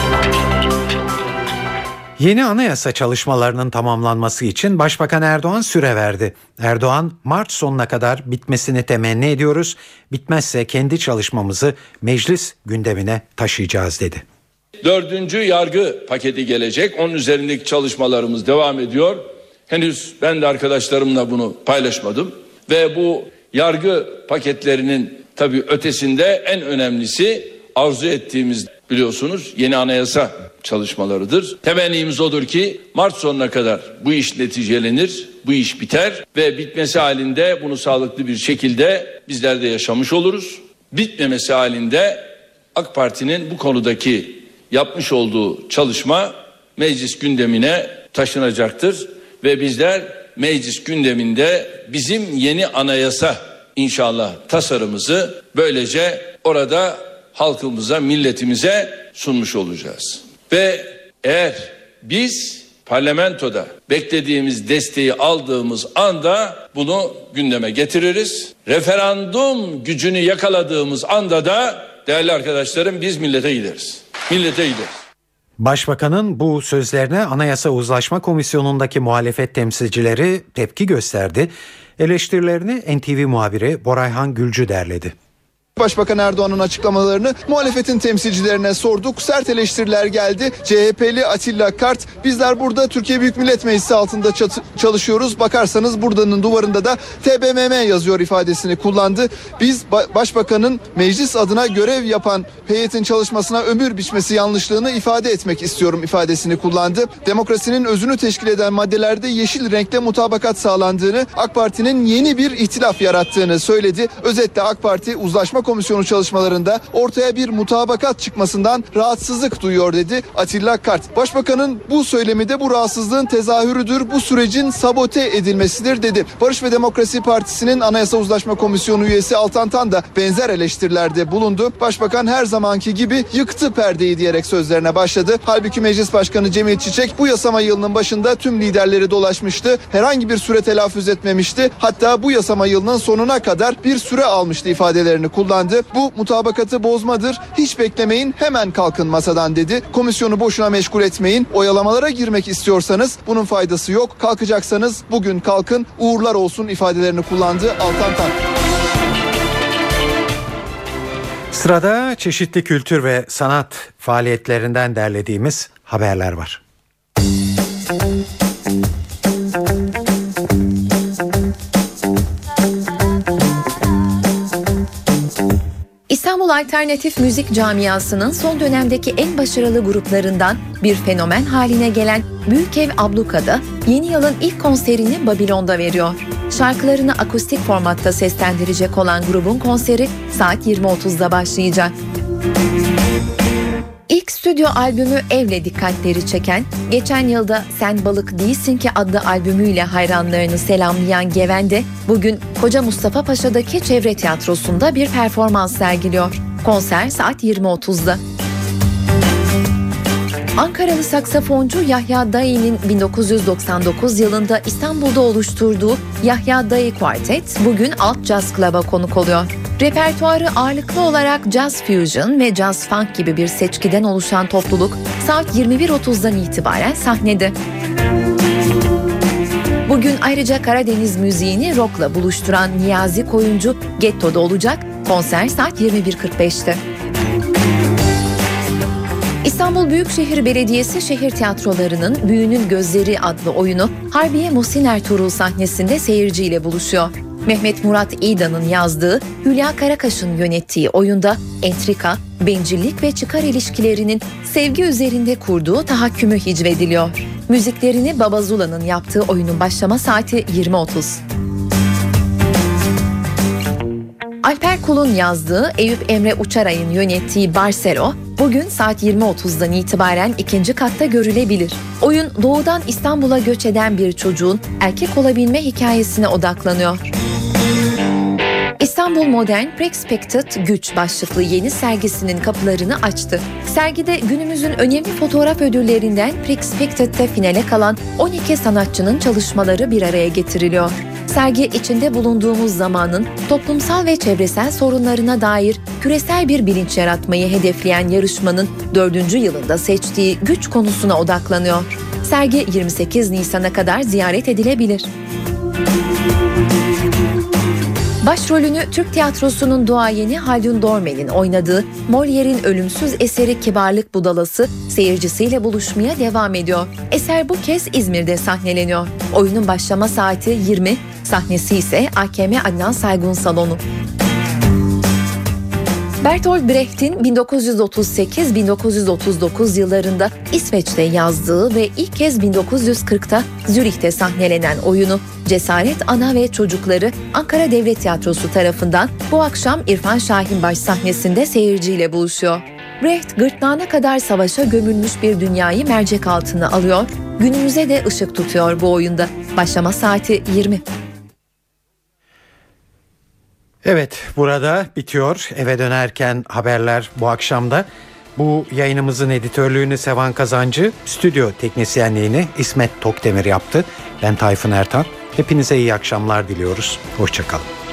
Yeni anayasa çalışmalarının tamamlanması için Başbakan Erdoğan süre verdi. Erdoğan, Mart sonuna kadar bitmesini temenni ediyoruz. Bitmezse kendi çalışmamızı meclis gündemine taşıyacağız dedi. Dördüncü yargı paketi gelecek. Onun üzerindeki çalışmalarımız devam ediyor. Henüz ben de arkadaşlarımla bunu paylaşmadım ve bu yargı paketlerinin tabii ötesinde en önemlisi arzu ettiğimiz, biliyorsunuz, yeni anayasa çalışmalarıdır. Temennimiz odur ki Mart sonuna kadar bu iş neticelenir, bu iş biter ve bitmesi halinde bunu sağlıklı bir şekilde bizler de yaşamış oluruz. Bitmemesi halinde AK Parti'nin bu konudaki yapmış olduğu çalışma meclis gündemine taşınacaktır ve bizler meclis gündeminde bizim yeni anayasa inşallah tasarımımızı böylece orada halkımıza, milletimize sunmuş olacağız. Ve eğer biz parlamentoda beklediğimiz desteği aldığımız anda bunu gündeme getiririz. Referandum gücünü yakaladığımız anda da değerli arkadaşlarım biz millete gideriz. Millete gideriz. Başbakanın bu sözlerine Anayasa Uzlaşma Komisyonu'ndaki muhalefet temsilcileri tepki gösterdi. Eleştirilerini N T V muhabiri Borayhan Gülcü derledi. Başbakan Erdoğan'ın açıklamalarını muhalefetin temsilcilerine sorduk. Sert eleştiriler geldi. C H P'li Atilla Kart, bizler burada Türkiye Büyük Millet Meclisi altında çat- çalışıyoruz. Bakarsanız buradanın duvarında da T B M M yazıyor ifadesini kullandı. Biz ba- başbakanın meclis adına görev yapan heyetin çalışmasına ömür biçmesi yanlışlığını ifade etmek istiyorum ifadesini kullandı. Demokrasinin özünü teşkil eden maddelerde yeşil renkle mutabakat sağlandığını, AK Parti'nin yeni bir ihtilaf yarattığını söyledi. Özetle AK Parti uzlaşma komisyonu çalışmalarında ortaya bir mutabakat çıkmasından rahatsızlık duyuyor dedi Atilla Kart. Başbakanın bu söylemi de bu rahatsızlığın tezahürüdür, bu sürecin sabote edilmesidir dedi. Barış ve Demokrasi Partisi'nin Anayasa Uzlaşma Komisyonu üyesi Altan Tan da benzer eleştirilerde bulundu. Başbakan her zamanki gibi yıktı perdeyi diyerek sözlerine başladı. Halbuki Meclis Başkanı Cemil Çiçek bu yasama yılının başında tüm liderleri dolaşmıştı. Herhangi bir süre telaffuz etmemişti. Hatta bu yasama yılının sonuna kadar bir süre almıştı ifadelerini kullandı. Bu mutabakatı bozmadır. Hiç beklemeyin, hemen kalkın masadan dedi. Komisyonu boşuna meşgul etmeyin. Oyalamalara girmek istiyorsanız bunun faydası yok. Kalkacaksanız bugün kalkın. Uğurlar olsun ifadelerini kullandı Altan Tan. Sırada çeşitli kültür ve sanat faaliyetlerinden derlediğimiz haberler var. İstanbul Alternatif Müzik Camiası'nın son dönemdeki en başarılı gruplarından bir fenomen haline gelen Büyük Ev Abluka'da yeni yılın ilk konserini Babilon'da veriyor. Şarkılarını akustik formatta seslendirecek olan grubun konseri saat yirmi otuzda başlayacak. İlk stüdyo albümü Ev'le dikkatleri çeken, geçen yılda Sen Balık Değilsin Ki adlı albümüyle hayranlarını selamlayan Gevende, bugün Koca Mustafa Paşa'daki Çevre Tiyatrosu'nda bir performans sergiliyor. Konser saat yirmi otuzda. Ankaralı saksafoncu Yahya Dayı'nın bin dokuz yüz doksan dokuz yılında İstanbul'da oluşturduğu Yahya Dayı Quartet bugün Alt Jazz Club'a konuk oluyor. Repertuarı ağırlıklı olarak Jazz Fusion ve Jazz Funk gibi bir seçkiden oluşan topluluk saat yirmi bir otuzdan itibaren sahnede. Bugün ayrıca Karadeniz müziğini rock'la buluşturan Niyazi Koyuncu Getto'da olacak. Konser saat yirmi bir kırk beşte. İstanbul Büyükşehir Belediyesi şehir tiyatrolarının Büyünün Gözleri adlı oyunu Harbiye Muhsin Ertuğrul sahnesinde seyirciyle buluşuyor. Mehmet Murat İğdan'ın yazdığı, Hülya Karakaş'ın yönettiği oyunda entrika, bencillik ve çıkar ilişkilerinin sevgi üzerinde kurduğu tahakkümü hicvediliyor. Müziklerini Baba Zula'nın yaptığı oyunun başlama saati yirmi otuz. Alper Kul'un yazdığı, Eyüp Emre Uçaray'ın yönettiği Barcelo, bugün saat yirmi otuzdan itibaren ikinci katta görülebilir. Oyun, doğudan İstanbul'a göç eden bir çocuğun erkek olabilme hikayesine odaklanıyor. İstanbul Modern Pre-Expected Güç başlıklı yeni sergisinin kapılarını açtı. Sergide günümüzün önemli fotoğraf ödüllerinden Pre-Expected'de finale kalan on iki sanatçının çalışmaları bir araya getiriliyor. Sergi, içinde bulunduğumuz zamanın toplumsal ve çevresel sorunlarına dair küresel bir bilinç yaratmayı hedefleyen yarışmanın dördüncü yılında seçtiği güç konusuna odaklanıyor. Sergi yirmi sekiz Nisan'a kadar ziyaret edilebilir. Başrolünü Türk tiyatrosunun duayeni Haldun Dormen'in oynadığı Molière'in ölümsüz eseri Kibarlık Budalası seyircisiyle buluşmaya devam ediyor. Eser bu kez İzmir'de sahneleniyor. Oyunun başlama saati yirmi, sahnesi ise A K M Adnan Saygun Salonu. Bertolt Brecht'in bin dokuz yüz otuz sekiz bin dokuz yüz otuz dokuz yıllarında İsveç'te yazdığı ve ilk kez bin dokuz yüz kırkta Zürih'te sahnelenen oyunu Cesaret Ana ve Çocukları Ankara Devlet Tiyatrosu tarafından bu akşam İrfan Şahinbaş sahnesinde seyirciyle buluşuyor. Brecht, gırtlağına kadar savaşa gömülmüş bir dünyayı mercek altına alıyor, günümüze de ışık tutuyor bu oyunda. Başlama saati yirmi. Evet, burada bitiyor. Eve dönerken haberler bu akşamda. Bu yayınımızın editörlüğünü Sevan Kazancı, stüdyo teknisyenliğini İsmet Tokdemir yaptı. Ben Tayfun Ertan. Hepinize iyi akşamlar diliyoruz. Hoşça kalın.